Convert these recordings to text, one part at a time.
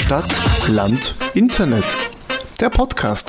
Stadt, Land, Internet. Der Podcast.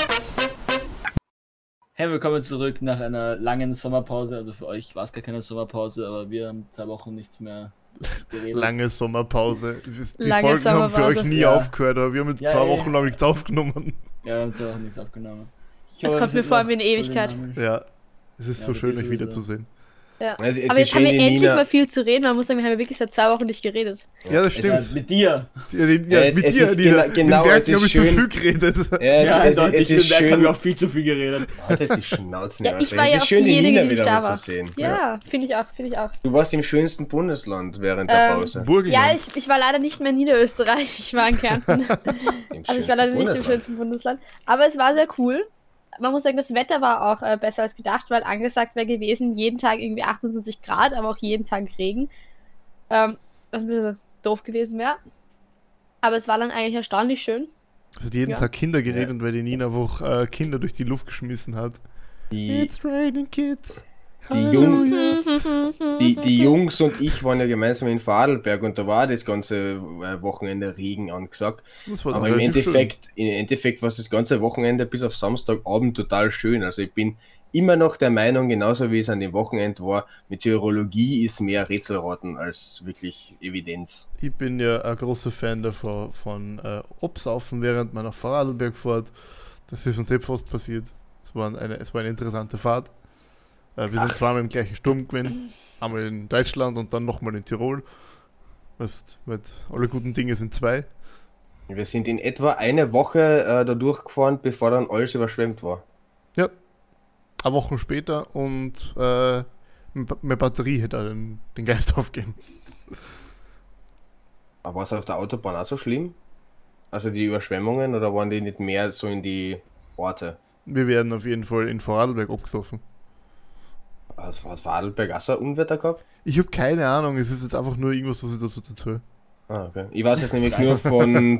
Hey, willkommen zurück nach einer langen Sommerpause. Also für euch war es gar keine Sommerpause, aber wir haben 2 Wochen nichts mehr geredet. Lange Sommerpause. Die Lange Folgen haben für euch nie Ja. aufgehört, aber wir haben jetzt Ja, 2 Wochen lang nichts aufgenommen. Ja, wir haben 2 Wochen nichts aufgenommen. Es kommt mir vor wie eine Ewigkeit. Ja, es ist Ja, so schön, wirklich euch wiederzusehen. Ja. Also Aber jetzt haben wir endlich mal viel zu reden. Man muss sagen, wir haben ja wirklich seit 2 Wochen nicht geredet. Ja, das Ja, stimmt. mit dir. Ja, es mit dir, ist Nina. genau, Im Werk es ist habe ich zu schön. viel geredet. Ja, es eindeutig. ist Im Werk haben schön. wir auch viel zu viel geredet. Halt jetzt die Schnauzen. Ja, ich war es ja ist auch schön, die diejenige, Nina die nicht wieder da mal war. zu sehen. Ja, finde ich auch. Du warst im schönsten Bundesland während der Pause. Burgenland. Ja, ich war leider nicht mehr in Niederösterreich. Ich war in Kärnten. Also ich war leider nicht im schönsten Bundesland. Aber es war sehr cool. Man muss sagen, das Wetter war auch besser als gedacht, weil angesagt wäre gewesen, jeden Tag irgendwie 28 Grad, aber auch jeden Tag Regen. Was ein bisschen doof gewesen wäre. Aber es war dann eigentlich erstaunlich schön. Es hat jeden Tag Kinder geregnet, weil die Nina einfach Kinder durch die Luft geschmissen hat. Die, It's raining kids. die Jungs und ich waren ja gemeinsam in Vorarlberg und da war das ganze Wochenende Regen angesagt. Das war Aber im Endeffekt war es das ganze Wochenende bis auf Samstagabend total schön. Also ich bin immer noch der Meinung, genauso wie es an dem Wochenende war, Meteorologie ist mehr Rätselraten als wirklich Evidenz. Ich bin ja ein großer Fan davon von Absaufen während meiner Vorarlbergfahrt. Das ist uns fast passiert. Es war eine interessante Fahrt. Wir sind zweimal im gleichen Sturm gewesen. Einmal in Deutschland und dann nochmal in Tirol. Weißt, weil alle guten Dinge sind 2. Wir sind in etwa eine Woche da durchgefahren, bevor dann alles überschwemmt war. Ja. Eine Woche später und meine Batterie hätte den Geist aufgegeben. Aber war es auf der Autobahn auch so schlimm? Also die Überschwemmungen oder waren die nicht mehr so in die Orte? Wir werden auf jeden Fall in Vorarlberg abgesoffen. Hat Vorarlberg auch so ein Unwetter gehabt? Ich habe keine Ahnung, es ist jetzt einfach nur irgendwas, was ich dazu. Ah, okay. Ich weiß jetzt nämlich nur von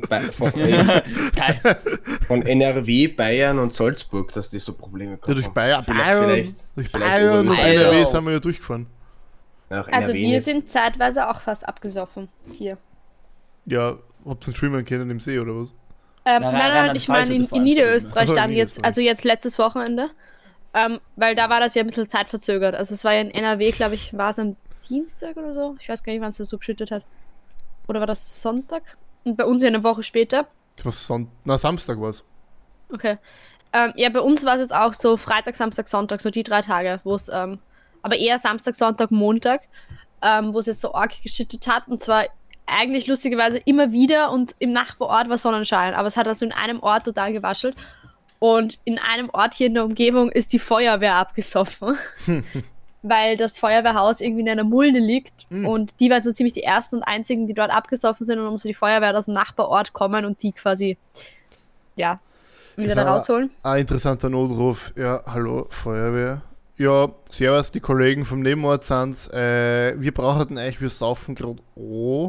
NRW, Bayern und Salzburg, dass die so Probleme Ja, gehabt durch haben. Bayern Vielleicht und über- NRW sind wir ja durchgefahren. Nach Also NRW wir nicht. sind zeitweise auch fast abgesoffen hier. Ja, habt ihr schwimmen können im See oder was? Nein, ich meine in Niederösterreich Ach so, in dann jetzt, Niederösterreich. also jetzt letztes Wochenende. Weil da war das ja ein bisschen zeitverzögert. Also es war ja in NRW, glaube ich, war es am Dienstag oder so. Ich weiß gar nicht, wann es das so geschüttet hat. Oder war das Sonntag? Und bei uns ja eine Woche später. Samstag war es. Okay. Ja, bei uns war es jetzt auch so Freitag, Samstag, Sonntag, so die 3 Tage, wo es, aber eher Samstag, Sonntag, Montag, wo es jetzt so arg geschüttet hat. Und zwar eigentlich lustigerweise immer wieder und im Nachbarort war Sonnenschein. Aber es hat also in einem Ort total gewaschelt. Und in einem Ort hier in der Umgebung ist die Feuerwehr abgesoffen. Weil das Feuerwehrhaus irgendwie in einer Mulde liegt. Und die waren so ziemlich die ersten und einzigen, die dort abgesoffen sind. Und dann musste die Feuerwehr aus dem Nachbarort kommen und die quasi, ja, wieder da rausholen. Ein interessanter Notruf. Ja, hallo, Feuerwehr. Ja, servus, die Kollegen vom Nebenort sind's. Wir brauchen euch, wir saufen gerade. Oh.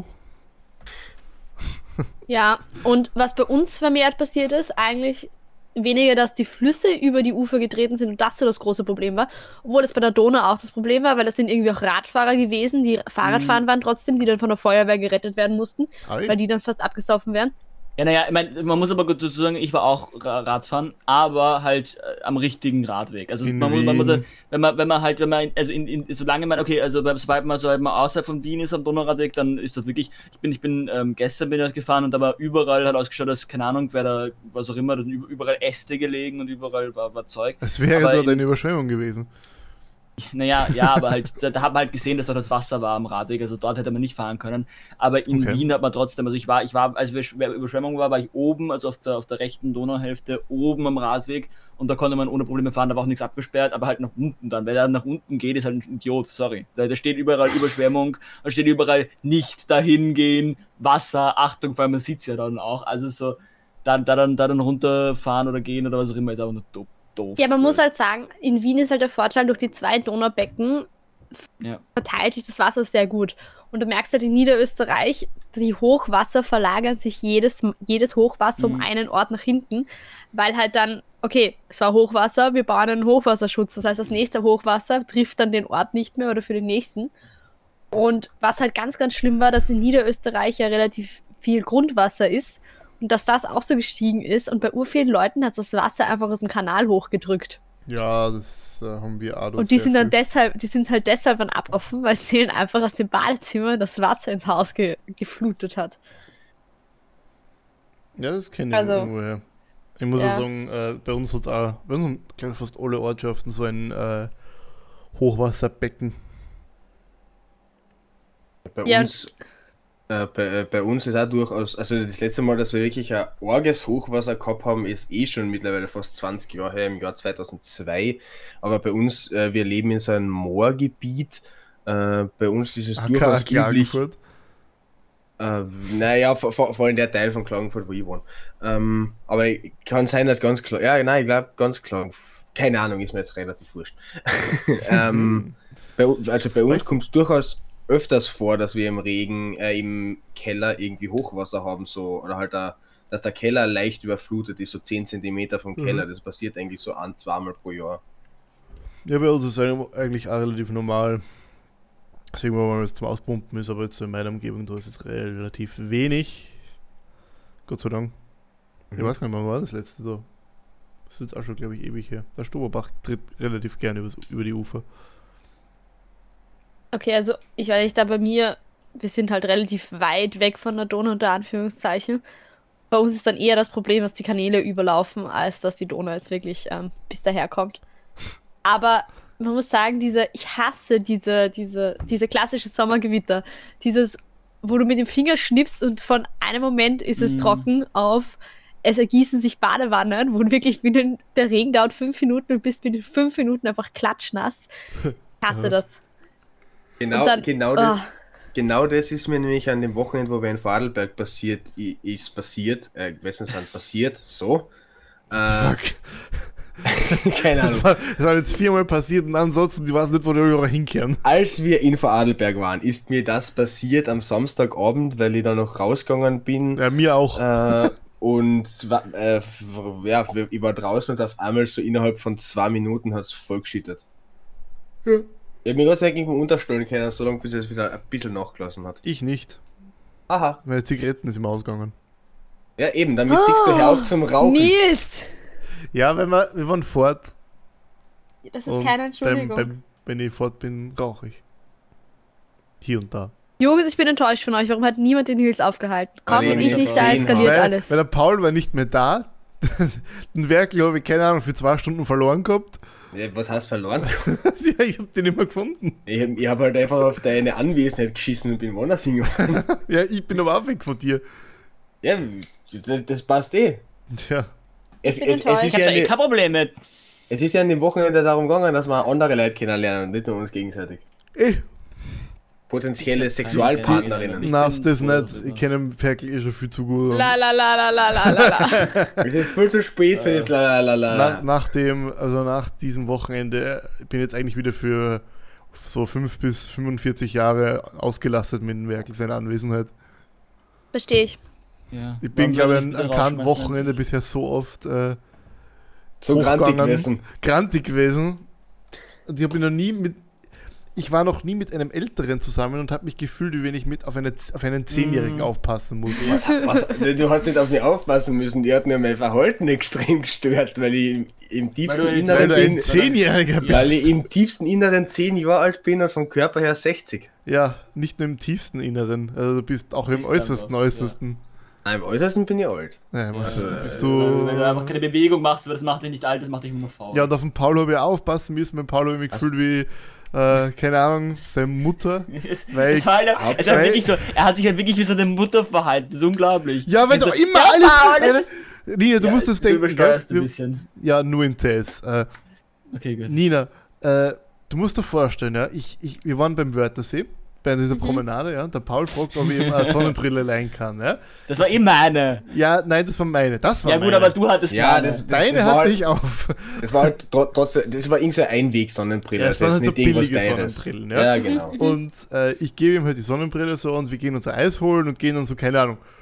Ja, und was bei uns vermehrt passiert ist, eigentlich weniger, dass die Flüsse über die Ufer getreten sind und das so das große Problem war, obwohl das bei der Donau auch das Problem war, weil das sind irgendwie auch Radfahrer gewesen, die Fahrradfahren waren trotzdem, die dann von der Feuerwehr gerettet werden mussten, weil die dann fast abgesoffen wären. Ja, naja, ich meine, man muss aber gut dazu sagen, ich war auch Radfahren, aber halt am richtigen Radweg. Also In man muss, Wien. solange man, okay, also sobald man außerhalb von Wien ist am Donauradweg, dann ist das wirklich, ich bin gestern bin ich halt gefahren und da war überall, hat ausgeschaut, dass, keine Ahnung, wer da, was auch immer, da sind überall Äste gelegen und überall war Zeug. Es wäre Aber dort eine Überschwemmung gewesen. Naja, ja, aber halt, da hat man halt gesehen, dass dort das Wasser war am Radweg, also dort hätte man nicht fahren können. Aber in Okay. Wien hat man trotzdem, also ich war, als Überschwemmung war ich oben, also auf der rechten Donauhälfte, oben am Radweg und da konnte man ohne Probleme fahren, da war auch nichts abgesperrt, aber halt nach unten dann. Wer da nach unten geht, ist halt ein Idiot, sorry. Da steht überall Überschwemmung, da steht überall nicht dahin gehen, Wasser, Achtung, vor allem man sieht's ja dann auch, also so, dann runterfahren oder gehen oder was auch immer, ist einfach nur doof. Ja, man muss halt sagen, in Wien ist halt der Vorteil, durch die 2 Donaubecken verteilt sich das Wasser sehr gut. Und du merkst halt in Niederösterreich, die Hochwasser verlagern sich jedes Hochwasser um einen Ort nach hinten, weil halt dann, okay, es war Hochwasser, wir bauen einen Hochwasserschutz. Das heißt, das nächste Hochwasser trifft dann den Ort nicht mehr oder für den nächsten. Und was halt ganz, ganz schlimm war, dass in Niederösterreich ja relativ viel Grundwasser ist und dass das auch so gestiegen ist und bei urvielen Leuten hat das Wasser einfach aus dem Kanal hochgedrückt. Ja, das haben wir auch. Und die sind dann halt deshalb dann abgetroffen, weil es denen einfach aus dem Badezimmer das Wasser ins Haus geflutet hat. Ja, das kenne ich Also, irgendwoher. Ich muss ja. auch sagen, bei uns hat es auch, bei uns haben, glaube ich, fast alle Ortschaften so ein Hochwasserbecken. Bei Ja. uns bei uns ist auch durchaus, also das letzte Mal, dass wir wirklich ein arges Hochwasser gehabt haben, ist schon mittlerweile fast 20 Jahre her, im Jahr 2002. Aber bei uns, wir leben in so einem Moorgebiet. Bei uns ist es durchaus üblich. Klagenfurt. Naja, vor allem der Teil von Klagenfurt, wo ich wohne. Aber kann sein, dass ganz klar, ja, nein, ich glaube ganz klar, keine Ahnung, ist mir jetzt relativ wurscht. Bei uns kommt es durchaus öfters vor, dass wir im Regen, im Keller irgendwie Hochwasser haben, so, oder halt dass der Keller leicht überflutet ist, so 10 Zentimeter vom Keller. Das passiert eigentlich so 1-2 Mal pro Jahr. Ja, bei uns ist es eigentlich auch relativ normal. Deswegen, wenn es zum Auspumpen ist, aber jetzt so in meiner Umgebung, da ist jetzt relativ wenig. Gott sei Dank. Ich weiß gar nicht, wann war das letzte da. Das ist jetzt auch schon, glaube ich, ewig her. Der Stoberbach tritt relativ gerne über die Ufer. Okay, also ich weiß nicht, da bei mir, wir sind halt relativ weit weg von der Donau unter Anführungszeichen. Bei uns ist dann eher das Problem, dass die Kanäle überlaufen, als dass die Donau jetzt wirklich bis daher kommt. Aber man muss sagen, ich hasse diese klassische Sommergewitter. Dieses, wo du mit dem Finger schnippst und von einem Moment ist es trocken auf, es ergießen sich Badewannen, wo wirklich der Regen dauert 5 Minuten und bist binnen 5 Minuten einfach klatschnass. Ich hasse das. Genau, Und dann- genau das ist mir nämlich an dem Wochenende, wo wir in Vorarlberg passiert, so. Fuck. Keine Ahnung. Das war jetzt 4-mal passiert und ansonsten, die weiß nicht, wo die überall hinkehren. Als wir in Vorarlberg waren, ist mir das passiert am Samstagabend, weil ich da noch rausgegangen bin. Ja, mir auch. Ich war draußen und auf einmal so innerhalb von 2 Minuten hat es voll geschüttet. Ja. Ich habe mir Gott sei Dank irgendwo unterstellen können, so lange bis es wieder ein bisschen nachgelassen hat. Ich nicht. Aha. Meine Zigaretten ist im Ausgegangen. Ja eben, damit siehst du hör auf zum Rauchen. Nils! Ja, wir waren fort. Das ist Und keine Entschuldigung. wenn ich fort bin, rauche ich. Hier und da. Jungs, ich bin enttäuscht von euch. Warum hat niemand den Nils aufgehalten? Komm, Weil und ich ich nicht, nicht da gesehen eskaliert habe. alles. Weil der Paul war nicht mehr da. Dann wäre, glaube ich, keine Ahnung, für 2 Stunden verloren gehabt. Ja, was hast du verloren? Ja, ich habe den nicht mehr gefunden. Ich hab halt einfach auf deine Anwesenheit geschissen und bin woanders hingegangen. Ja, ich bin aber auch weg von dir. Ja, das passt eh. Tja. Es bin ist enttäuscht. Ich hab da eh kein Problem mit. ja an dem Wochenende darum gegangen, dass wir andere Leute kennenlernen und nicht nur uns gegenseitig. Potenzielle Sexualpartnerinnen. Ich Na, bin das froh, nicht. dass Ich kenne den Ferkel eh schon viel zu gut. La la la la la la la la. Es ist viel zu spät für das Lalalala. Nach diesem Wochenende bin ich jetzt eigentlich wieder für so 5 bis 45 Jahre ausgelastet mit dem Werkel seiner Anwesenheit. Verstehe ich. Ja. Ich bin, Warum glaube soll ich, ich an wieder keinem rausschmeißen? Wochenende bisher so oft So grantig hochgegangen, gewesen. grantig gewesen. Und ich war noch nie mit einem Älteren zusammen und habe mich gefühlt, wie wenn ich auf einen 10-Jährigen aufpassen muss. Was? Du hast nicht auf mich aufpassen müssen, die hat nur mein Verhalten extrem gestört, weil ich im tiefsten Weil du- Inneren Weil du ein bin. 10-Jähriger bist. Weil ich im tiefsten Inneren 10 Jahre alt bin und vom Körper her 60. Ja, nicht nur im tiefsten Inneren. Also du bist auch im Bist äußersten, einfach, äußersten. Nein, im Äußersten bin ich alt. Ja, im äußersten Also, bist Wenn du einfach du... keine Bewegung machst, das macht dich nicht alt, das macht dich nur faul. Ja, und auf den Paul habe ich auch aufpassen müssen. Mit Paul habe ich mich gefühlt wie, keine Ahnung, seine Mutter. Weil es war halt, es war weil- wirklich so, er hat sich halt wirklich wie so eine Mutter verhalten, das ist unglaublich. Ja, weil so, doch immer ja, alles... Nina, du musst das Du denken. übersteuerst gell? ein bisschen. Ja, nur in CS. Okay, gut. Nina, du musst dir vorstellen, ja, wir waren beim Wörthersee, bei dieser Promenade, ja, und der Paul fragt, ob ich ihm eine Sonnenbrille leihen kann, ja. Das war eh meine. Ja, nein, das war meine. Das war Ja gut, meine. aber du hattest Ja, meine. Deine war hatte halt, ich auf. Das war halt trotzdem, das war irgendwie so eine Einweg-Sonnenbrille. Ja, es waren halt so jetzt nicht irgendwas billige Teures. Sonnenbrillen, ja. Ja, genau. Und ich gebe ihm halt die Sonnenbrille so und wir gehen uns ein Eis holen und gehen dann so, keine Ahnung,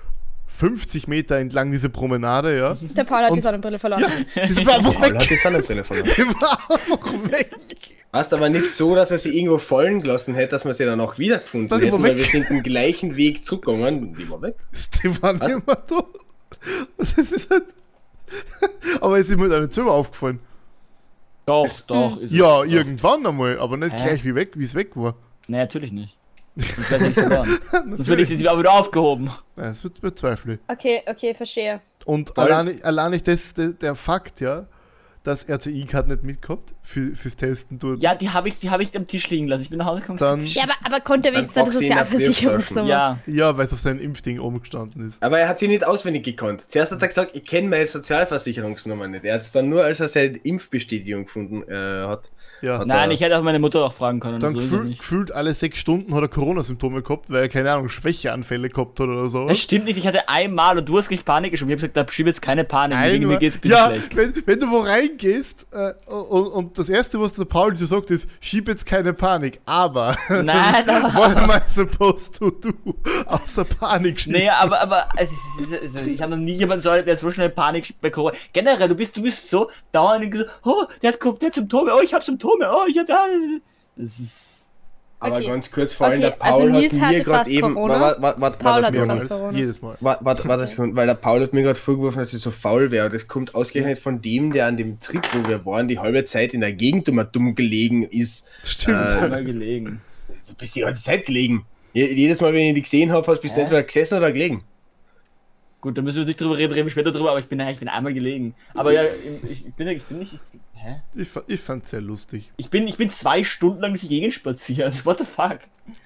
50 Meter entlang diese Promenade, ja. Der Paul hat die Und- Sonnenbrille verloren. Ja, die war einfach Paul hat weg. die Sonnenbrille verloren. Die war einfach weg. Hast aber nicht so, dass er sie irgendwo fallen gelassen hätte, dass wir sie dann auch wiedergefunden Nein, die war hätten, weil weg. wir sind den gleichen Weg zurückgegangen. Die war weg. Die waren Was? immer da. Das ist halt. Aber es ist mir dann selber aufgefallen. Doch, doch. Ist Ja, es. irgendwann einmal, aber nicht Hä? gleich wie es weg war. Nee, natürlich nicht. Sonst wäre nicht verloren. Sonst würde ich sie auch wieder aufgehoben. Ja, es wird bezweifle. Okay, verstehe. Und Voll. allein nicht der Fakt, ja, dass RTI-Card nicht mitgehabt fürs Testen dort. Ja, die habe ich am Tisch liegen lassen. Ich bin nach Hause gekommen. Dann- gesagt, Ja, aber konnte er wenigstens seine brauchst du ihn auf Sozialversicherungsnummer. ja, Ja, weil es auf seinem Impfding oben gestanden ist. Aber er hat sie nicht auswendig gekonnt. Zuerst hat er gesagt, ich kenne meine Sozialversicherungsnummer nicht. Er hat es dann nur, als er seine Impfbestätigung gefunden hat. Ja. Hat nein, er- ich hätte auch meine Mutter auch fragen können. Dann so ist es nicht. gefühlt alle 6 Stunden hat er Corona-Symptome gehabt, weil er, keine Ahnung, Schwächeanfälle gehabt hat oder so. Das stimmt nicht, ich hatte einmal und du hast gleich Panik geschoben. Ich habe gesagt, da schieb jetzt keine Panik, wegen mir geht's bitte ja, schlecht. wenn du wo reingehst und das Erste, was der Paul dir sagt, ist, schieb jetzt keine Panik, aber Nein, aber, what am I supposed to do? Außer Panik schieben. nee, aber ich habe noch nie jemanden so, der so schnell Panik schiebt bei Corona. Generell, du bist so dauernd so, oh, der hat Symptome, oh, ich habe Symptome, oh, ich hab da. Das ist. Aber Okay. ganz kurz, vor allem Okay, der Paul also Nils hat mir hatte gerade fast eben. Corona. Paul Warte, hatte das fast Corona. Jedes Mal. Warte, Sekunde, weil der Paul hat mir gerade vorgeworfen, dass ich so faul wäre. Und das kommt ausgerechnet von dem, der an dem Trip, wo wir waren, die halbe Zeit in der Gegend immer dumm gelegen ist. Stimmt. Einmal gelegen. Du bist die ganze Zeit gelegen. Jedes Mal, wenn ich dich gesehen habe, bist du entweder gesessen oder gelegen. Gut, da müssen wir nicht drüber reden, reden wir später drüber, aber ich bin einmal gelegen. Aber ja, ich bin nicht. Hä? Ich fand's sehr lustig. Ich bin 2 Stunden lang durch die Gegend spaziert. What the fuck?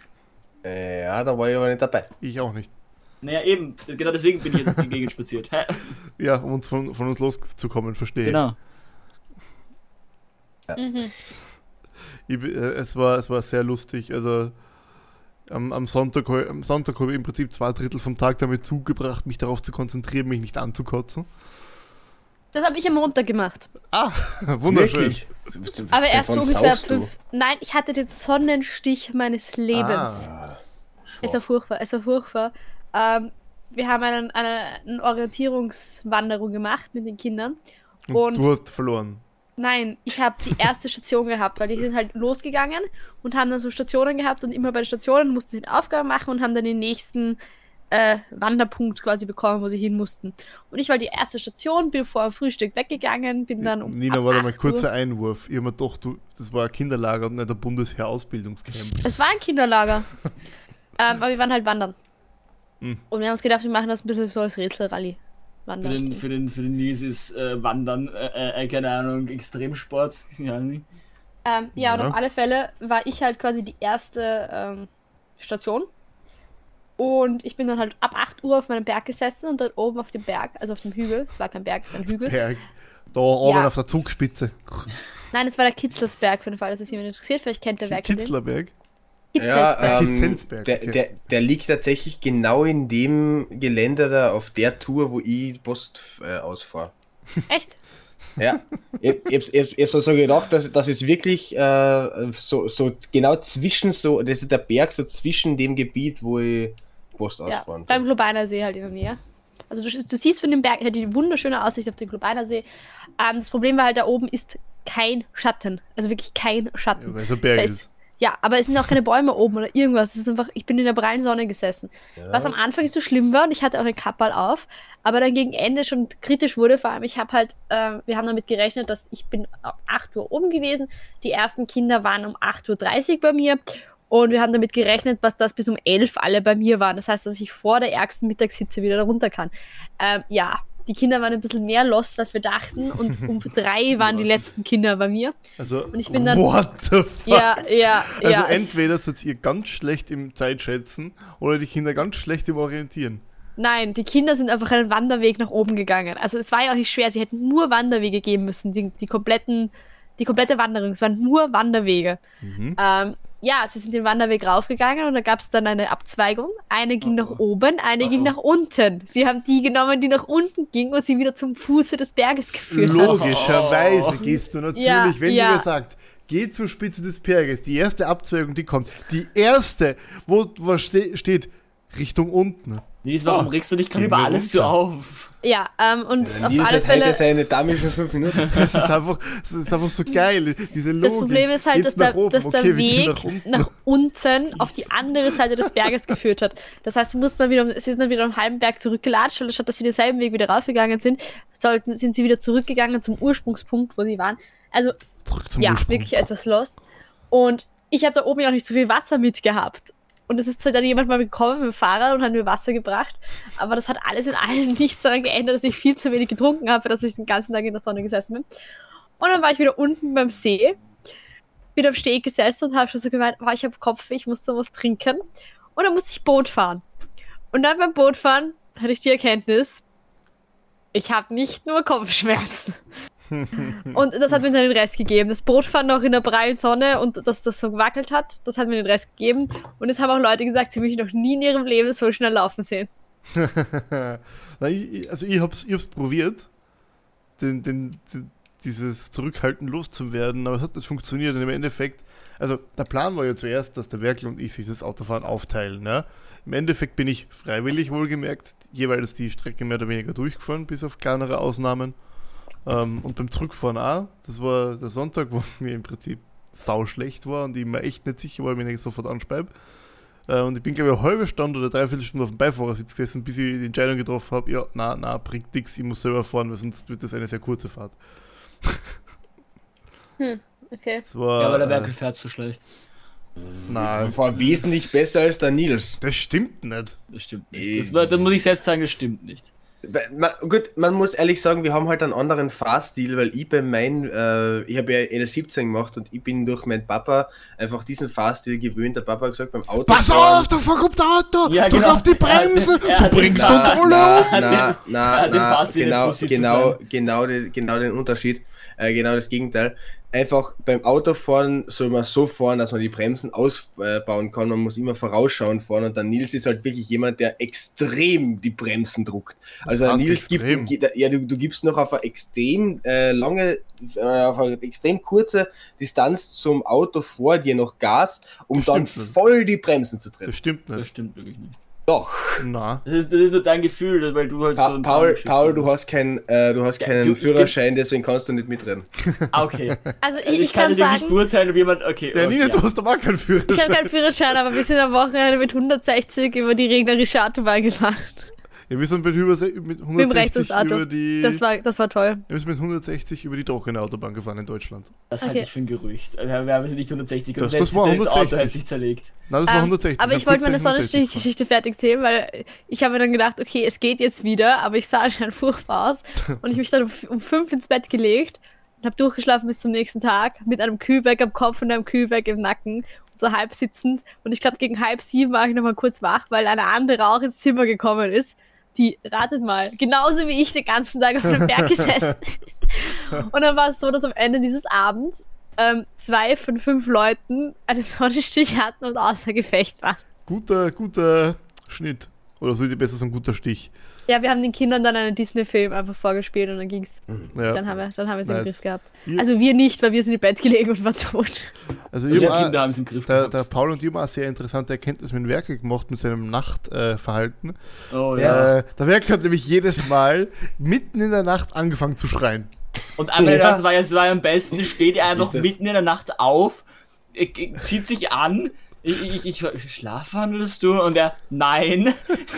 Ja, da war ich aber nicht dabei. Ich auch nicht. Naja, eben, genau deswegen bin ich jetzt durch die Gegend spaziert. Hä? Ja, um uns von uns loszukommen, verstehe. Genau. Es war sehr lustig. Also am Sonntag habe ich im Prinzip 2/3 vom Tag damit zugebracht, mich darauf zu konzentrieren, mich nicht anzukotzen. Das habe ich am Montag gemacht. Wunderschön. Wirklich? Aber Seit erst wann ungefähr saufst du? 5. Nein, ich hatte den Sonnenstich meines Lebens. Es war furchtbar, wir haben eine Orientierungswanderung gemacht mit den Kindern. Und Und du hast verloren. nein, ich habe die erste Station gehabt, weil die sind halt losgegangen und haben dann so Stationen gehabt und immer bei den Stationen mussten sie eine Aufgabe machen und haben dann den nächsten Wanderpunkt quasi bekommen, wo sie hin mussten. Und ich war die erste Station, bin vor dem Frühstück weggegangen, bin dann Nina, ab warte mal, 8 kurzer Uhr. Einwurf. Ich habe mir gedacht, das war ein Kinderlager und nicht ein Bundesheer-Ausbildungscamp. Es war ein Kinderlager. Aber wir waren halt wandern. Hm. Und wir haben uns gedacht, wir machen das ein bisschen so als Rätselrallye. Wandern. Für den Nils ist Wandern, keine Ahnung, Extremsport. Ja, nicht? Ja, und Ja. auf alle Fälle war ich halt quasi die erste Station. Und ich bin dann halt ab 8 Uhr auf meinem Berg gesessen und dort oben auf dem Berg, also auf dem Hügel, es war kein Berg, es war ein Hügel. Berg. Da oben Ja. auf der Zugspitze. Nein, es war der Kitzelsberg, für den Fall, dass es jemand interessiert, vielleicht kennt der Werk den. Kitzlerberg. Kitzelsberg. Kitzelsberg, der, okay. der liegt tatsächlich genau in dem Gelände da auf der Tour, wo ich Post ausfahre. Echt? Ja, ich hab so gedacht, dass es wirklich so genau zwischen so, das ist der Berg so zwischen dem Gebiet, wo ich Post Ja, ausfahren beim kann. Globaner See halt in der Nähe. Also du siehst von dem Berg halt die wunderschöne Aussicht auf den Globaner See. Das Problem war halt, da oben ist kein Schatten. Also wirklich kein Schatten. Ja, weil es ein Berg Da ist. Ja, aber es sind auch keine Bäume oben oder irgendwas. Es ist einfach, ich bin in der prallen Sonne gesessen. Was am Anfang so schlimm war und ich hatte auch ein Kapperl auf, aber dann gegen Ende schon kritisch wurde, vor allem ich habe halt, wir haben damit gerechnet, dass ich bin ab 8 Uhr oben gewesen, die ersten Kinder waren um 8:30 Uhr bei mir und wir haben damit gerechnet, dass das bis um 11 alle bei mir waren. Das heißt, dass ich vor der ärgsten Mittagshitze wieder da runter kann. Ja, die Kinder waren ein bisschen mehr lost, als wir dachten und um 3 waren die letzten Kinder bei mir. Also, Und ich bin dann- what the fuck? Ja. Also es- entweder seid ihr ganz schlecht im Zeitschätzen oder die Kinder ganz schlecht im Orientieren. Nein, die Kinder sind einfach einen Wanderweg nach oben gegangen. Also es war ja auch nicht schwer, sie hätten nur Wanderwege geben müssen, die komplette Wanderung, es waren nur Wanderwege. Ja, sie sind den Wanderweg raufgegangen und da gab es dann eine Abzweigung. Eine ging nach oben, eine ging nach unten. Sie haben die genommen, die nach unten ging und sie wieder zum Fuße des Berges geführt hat. Logischerweise gehst du natürlich, Ja, wenn ja. dir sagt, geh zur Spitze des Berges, die erste Abzweigung, die kommt, die erste, wo steht Richtung unten. Nils, warum regst du dich gerade Gehen über wir alles so runter. auf? Ja, und auf Nils alle hat Fälle. heute seine damischen 5 Minuten. Das ist einfach so geil. Diese Logik. Das Problem ist halt, Geht's dass nach oben? der Okay, wir gehen Weg nach unten auf die andere Seite des Berges geführt hat. Das heißt, sie sind dann wieder am halben Berg zurückgelatscht, und statt dass sie denselben Weg wieder raufgegangen sind, sind sie wieder zurückgegangen zum Ursprungspunkt, wo sie waren. Also, Zurück zum ja, Ursprung. wirklich etwas lost. Und ich habe da oben ja auch nicht so viel Wasser mitgehabt. Und es ist zwar dann jemand mal gekommen mit dem Fahrrad und hat mir Wasser gebracht, aber das hat alles in allem nichts daran geändert, dass ich viel zu wenig getrunken habe, dass ich den ganzen Tag in der Sonne gesessen bin. Und dann war ich wieder unten beim See, wieder am Steg gesessen und habe schon so gemeint, ich habe Kopfweh, ich muss da was trinken. Und dann musste ich Boot fahren. Und dann beim Bootfahren hatte ich die Erkenntnis, ich habe nicht nur Kopfschmerzen. Und das hat mir dann den Rest gegeben. Das Bootfahren noch in der prallen Sonne und dass das so gewackelt hat, das hat mir den Rest gegeben. Und es haben auch Leute gesagt, sie mich noch nie in ihrem Leben so schnell laufen sehen. Ich hab's probiert, dieses Zurückhalten loszuwerden, aber es hat nicht funktioniert. Und im Endeffekt, also der Plan war ja zuerst, dass der Werkel und ich sich das Autofahren aufteilen. Ja? Im Endeffekt bin ich freiwillig wohlgemerkt jeweils die Strecke mehr oder weniger durchgefahren, bis auf kleinere Ausnahmen. Und beim Zurückfahren auch. Das war der Sonntag, wo mir im Prinzip sauschlecht war und ich mir echt nicht sicher war, ob ich mich nicht sofort anspeibe. Und ich bin, glaube ich, eine halbe Stunde oder 3/4 Stunde auf dem Beifahrersitz gesessen, bis ich die Entscheidung getroffen habe, ja, na, bringt nix, ich muss selber fahren, weil sonst wird das eine sehr kurze Fahrt. Okay. Das war, Ja, aber der Werkel fährt so schlecht. Nein, War wesentlich besser als der Nils. das stimmt nicht. Das stimmt nicht. Das muss ich selbst sagen, das stimmt nicht. Man muss ehrlich sagen, wir haben halt einen anderen Fahrstil, weil ich ich habe ja L17 gemacht und ich bin durch meinen Papa einfach diesen Fahrstil gewöhnt. Der Papa hat gesagt, beim Auto. Pass auf, da kommt der Auto! Ja, Drück genau. auf die Bremse! Er hat Du bringst den- uns alle um! Genau den Unterschied. Genau das Gegenteil. Einfach beim Autofahren soll man so fahren, dass man die Bremsen ausbauen kann. Man muss immer vorausschauend fahren und der Nils ist halt wirklich jemand, der extrem die Bremsen druckt. Also der heißt Nils extrem? du gibst noch auf eine extrem auf eine extrem kurze Distanz zum Auto vor dir noch Gas, um Das dann stimmt nicht. voll die Bremsen zu treffen. Das stimmt Das nicht. stimmt wirklich nicht. Doch. Na. Das ist nur dein Gefühl, weil du halt so ein Paul, du hast keinen du- Führerschein, deswegen kannst du nicht mitreden. Ah, okay. Also Also ich kann kann es ja nicht sagen, beurteilen, ob jemand. Okay. Ja, Nina, ja. du hast doch auch keinen ich habe Führerschein. keinen Führerschein, aber wir sind am Wochenende mit 160 über die regnerische Autobahn gefahren. Ja, wir sind mit 160 Mit dem Rechnungsauto. über die... Das war toll. Wir sind mit 160 über die trockene Autobahn gefahren in Deutschland. Das Okay. halte ich für ein Gerücht. Also, wir haben jetzt nicht 160 Das komplett, war denn das 160. Auto hat sich zerlegt. Nein, das war 160. Aber ich wollte meine Sonnenstrich-Geschichte fertig erzählen, weil ich habe mir dann gedacht, okay, es geht jetzt wieder, aber ich sah anscheinend furchtbar aus. Und ich mich dann um 5 ins Bett gelegt und habe durchgeschlafen bis zum nächsten Tag mit einem Kühlberg am Kopf und einem Kühlberg im Nacken und so halb sitzend. Und ich glaube, gegen 6:30 war ich nochmal kurz wach, weil eine andere auch ins Zimmer gekommen ist. Die, ratet mal, genauso wie ich den ganzen Tag auf einem Berg gesessen ist. Und dann war es so, dass am Ende dieses Abends 2 von 5 Leuten einen Sonnenstich hatten und außer Gefecht waren. Guter Schnitt. Oder sollte ich besser sagen, guter Stich. Ja, wir haben den Kindern dann einen Disney-Film einfach vorgespielt und dann ging's. Ja. Dann haben wir es im Nice. Griff gehabt. Ja. Also wir nicht, weil wir sind im Bett gelegen und waren tot. Also Die ich hab Kinder auch, haben es im Griff der gehabt. Paul und ich haben auch sehr interessante Erkenntnis mit dem Werkel gemacht, mit seinem Nachtverhalten. Oh ja. Der Werkel hat nämlich jedes Mal mitten in der Nacht angefangen zu schreien. Und einmal Ja. das war ja so am besten, steht er einfach Ist das- mitten in der Nacht auf, zieht sich an, ich schlafwandelst du? Und er, nein,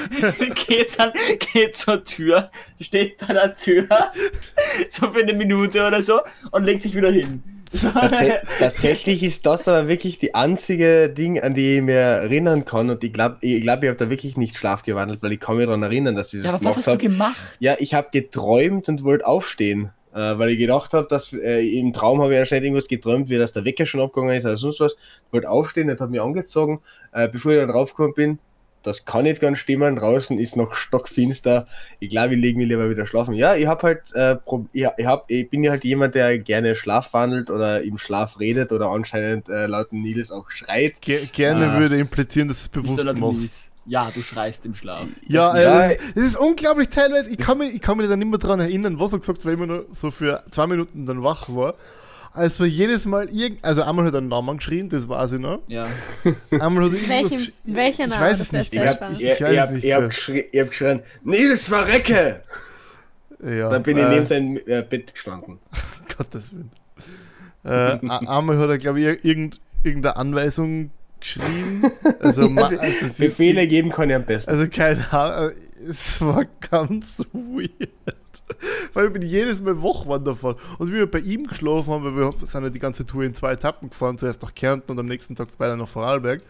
geht zur Tür, steht bei der Tür, so für eine Minute oder so, und legt sich wieder hin. So. Tatsächlich ist das aber wirklich die einzige Ding, an die ich mir erinnern kann. Und ich glaube, ich habe da wirklich nicht schlafgewandelt, weil ich kann mich daran erinnern, dass ich das Ja, aber was hast gemacht du habe. gemacht? Ja, ich habe geträumt und wollte aufstehen. Weil ich gedacht habe, dass im Traum habe ich ja schnell irgendwas geträumt, wie dass der Wecker schon abgegangen ist oder sonst was. Wollte aufstehen und habe mich angezogen, bevor ich dann raufgekommen bin. Das kann nicht ganz stimmen, draußen ist noch stockfinster. Ich glaube, ich lege mich lieber wieder schlafen. Ja, ich habe halt, ich bin ja halt jemand, der gerne schlafwandelt oder im Schlaf redet oder anscheinend laut Nils auch schreit. Gerne würde implizieren, dass du es bewusst Nicht der machst. Mies. Ja, du schreist im Schlaf. Ja, Ja, es ist unglaublich teilweise. Ich kann mich dann nicht mehr daran erinnern, was er gesagt hat, weil ich immer nur so für 2 Minuten dann wach war. als wir jedes Mal also einmal hat er einen Namen geschrien, das weiß ich noch. Ja. Einmal hat er irgendwas Welcher ich Name? weiß es Das nicht. wäre sehr spannend. Ich hab geschrien, Nils Verrecke! Ja, Dann bin ich neben seinem Bett gestanden. Gottes Willen. Einmal hat er, glaube ich, irgendeine Anweisung geschrien. Also, Befehle geben kann ich am besten. Also keine Ahnung, es war ganz weird. Weil ich bin jedes Mal wach geworden davon. Und wie wir bei ihm geschlafen haben, weil wir sind ja die ganze Tour in 2 Etappen gefahren, zuerst nach Kärnten und am nächsten Tag weiter nach Vorarlberg.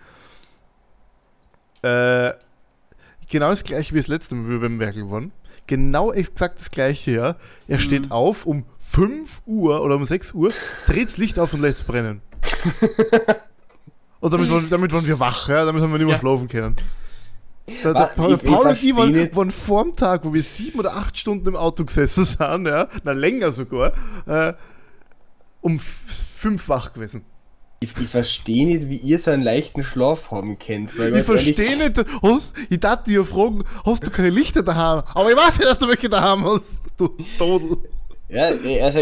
Genau das gleiche wie das letzte Mal, wie wir beim Werkel waren. Genau exakt das gleiche, ja. Er steht auf um 5 Uhr oder um 6 Uhr, dreht das Licht auf und lässt es brennen. Und damit waren wir wach, ja? Damit haben wir nicht mehr schlafen können. Paul und ich waren vor dem Tag, wo wir 7 oder 8 Stunden im Auto gesessen sind, ja, länger sogar, um 5 wach gewesen. Ich verstehe nicht, wie ihr so einen leichten Schlaf haben könnt. Weil ich verstehe nicht, ich dachte dir fragen, hast du keine Lichter daheim? Aber ich weiß ja, dass du welche daheim hast, du Todel. Ja, also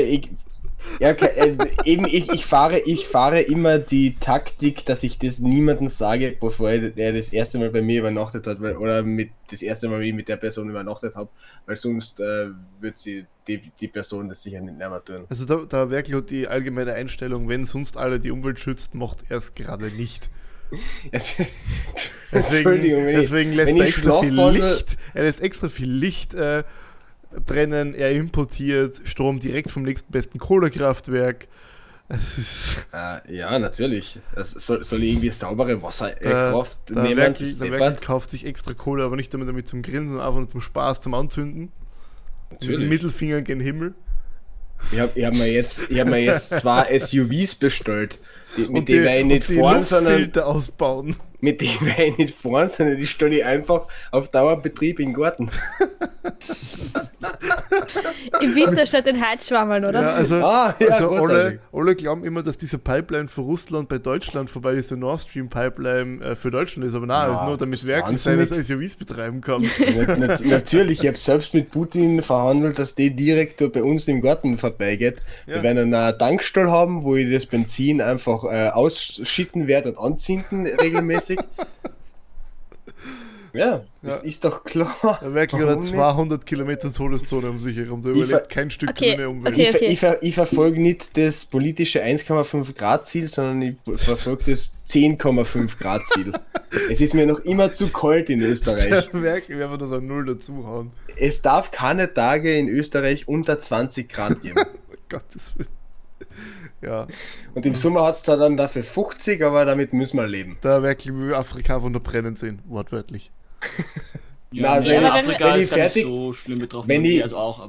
ich fahre immer die Taktik, dass ich das niemandem sage, bevor er das erste Mal bei mir übernachtet hat, oder das erste Mal, wie ich mit der Person übernachtet habe, weil sonst wird sie die Person das sicher nicht mehr tun. Also da wirklich hat die allgemeine Einstellung, wenn sonst alle die Umwelt schützt, macht er es gerade nicht. deswegen lässt er extra viel Licht brennen, er importiert Strom direkt vom nächsten besten Kohlekraftwerk. Es ist ja, natürlich. Das soll irgendwie saubere Wasserkraft nehmen. Der Werkel kauft sich extra Kohle, aber nicht damit zum Grillen, sondern einfach nur zum Spaß, zum Anzünden. Natürlich. Mit dem Mittelfinger gen Himmel. Ich hab mir jetzt 2 SUVs bestellt. Mit denen wir nicht fahren, sondern ausbauen. Mit denen wir nicht fahren, sondern die stelle ich einfach auf Dauerbetrieb in den Garten. Im Winter statt den Heizschwammeln, oder? Ja, also alle glauben immer, dass diese Pipeline von Russland bei Deutschland vorbei diese Nord Stream Pipeline für Deutschland ist, aber nein, ist nur damit Werkel seine SUVs betreiben kann. Natürlich, ich habe selbst mit Putin verhandelt, dass die direkt bei uns im Garten vorbeigeht. Ja. Wir werden eine Tankstelle haben, wo ich das Benzin einfach ausschütten werde und anzünden regelmäßig. Ja, ist doch klar. Der Werkel hat 200 Kilometer Todeszone um sich herum, da überlebt kein Stück mehr Umwelt. Ich verfolge nicht das politische 1,5 Grad Ziel, sondern ich verfolge das 10,5 Grad Ziel. Es ist mir noch immer zu kalt in Österreich. Der Werkel werden wir da so ein Null dazuhauen. Es darf keine Tage in Österreich unter 20 Grad geben. Oh Gottes Willen. Ja. Und im Sommer hat es zwar dann dafür 50, aber damit müssen wir leben. Da wirklich wie Afrika von der Brennen sehen, wortwörtlich. Ja, also in Afrika ist gar nicht so schlimm betroffen, wenn ich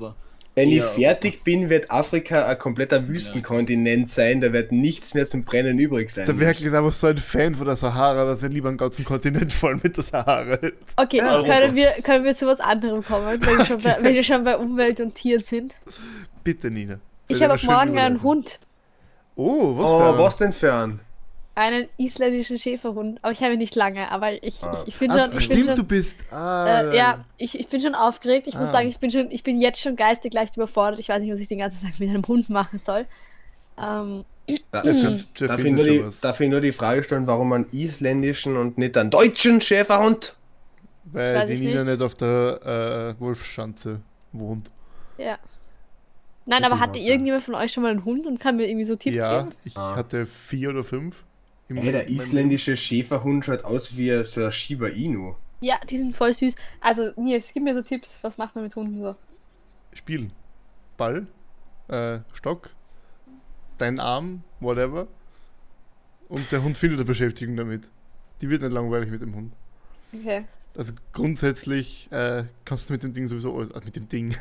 fertig bin, wird Afrika ein kompletter Wüstenkontinent sein, da wird nichts mehr zum Brennen übrig sein. Der Werkel ist einfach so ein Fan von der Sahara, dass er lieber einen ganzen Kontinent voll mit der Sahara hat. Okay, können wir zu was anderem kommen, wenn wir schon bei Umwelt und Tieren sind? Bitte, Nina. Ich habe morgen einen Hund. Oh, was denn für einen? Einen isländischen Schäferhund, aber ich habe ihn nicht lange, aber ich bin schon... Stimmt, du bist... ja, ich bin schon aufgeregt, ich muss sagen, ich bin jetzt schon geistig leicht überfordert, ich weiß nicht, was ich den ganzen Tag mit einem Hund machen soll. Darf ich nur die Frage stellen, warum einen isländischen und nicht einen deutschen Schäferhund? Weil die Nina nicht auf der Wolfschanze wohnt. Ja. Nein, aber hatte irgendjemand von euch schon mal einen Hund und kann mir irgendwie so Tipps geben? Ja, ich hatte 4 oder 5. Der isländische Schäferhund schaut aus wie so ein Shiba Inu. Ja, die sind voll süß. Also, Nils, gib mir so Tipps. Was macht man mit Hunden so? Spielen. Ball, Stock, dein Arm, whatever. Und der Hund findet eine Beschäftigung damit. Die wird nicht langweilig mit dem Hund. Okay. Also grundsätzlich kannst du mit dem Ding sowieso alles, mit dem Ding,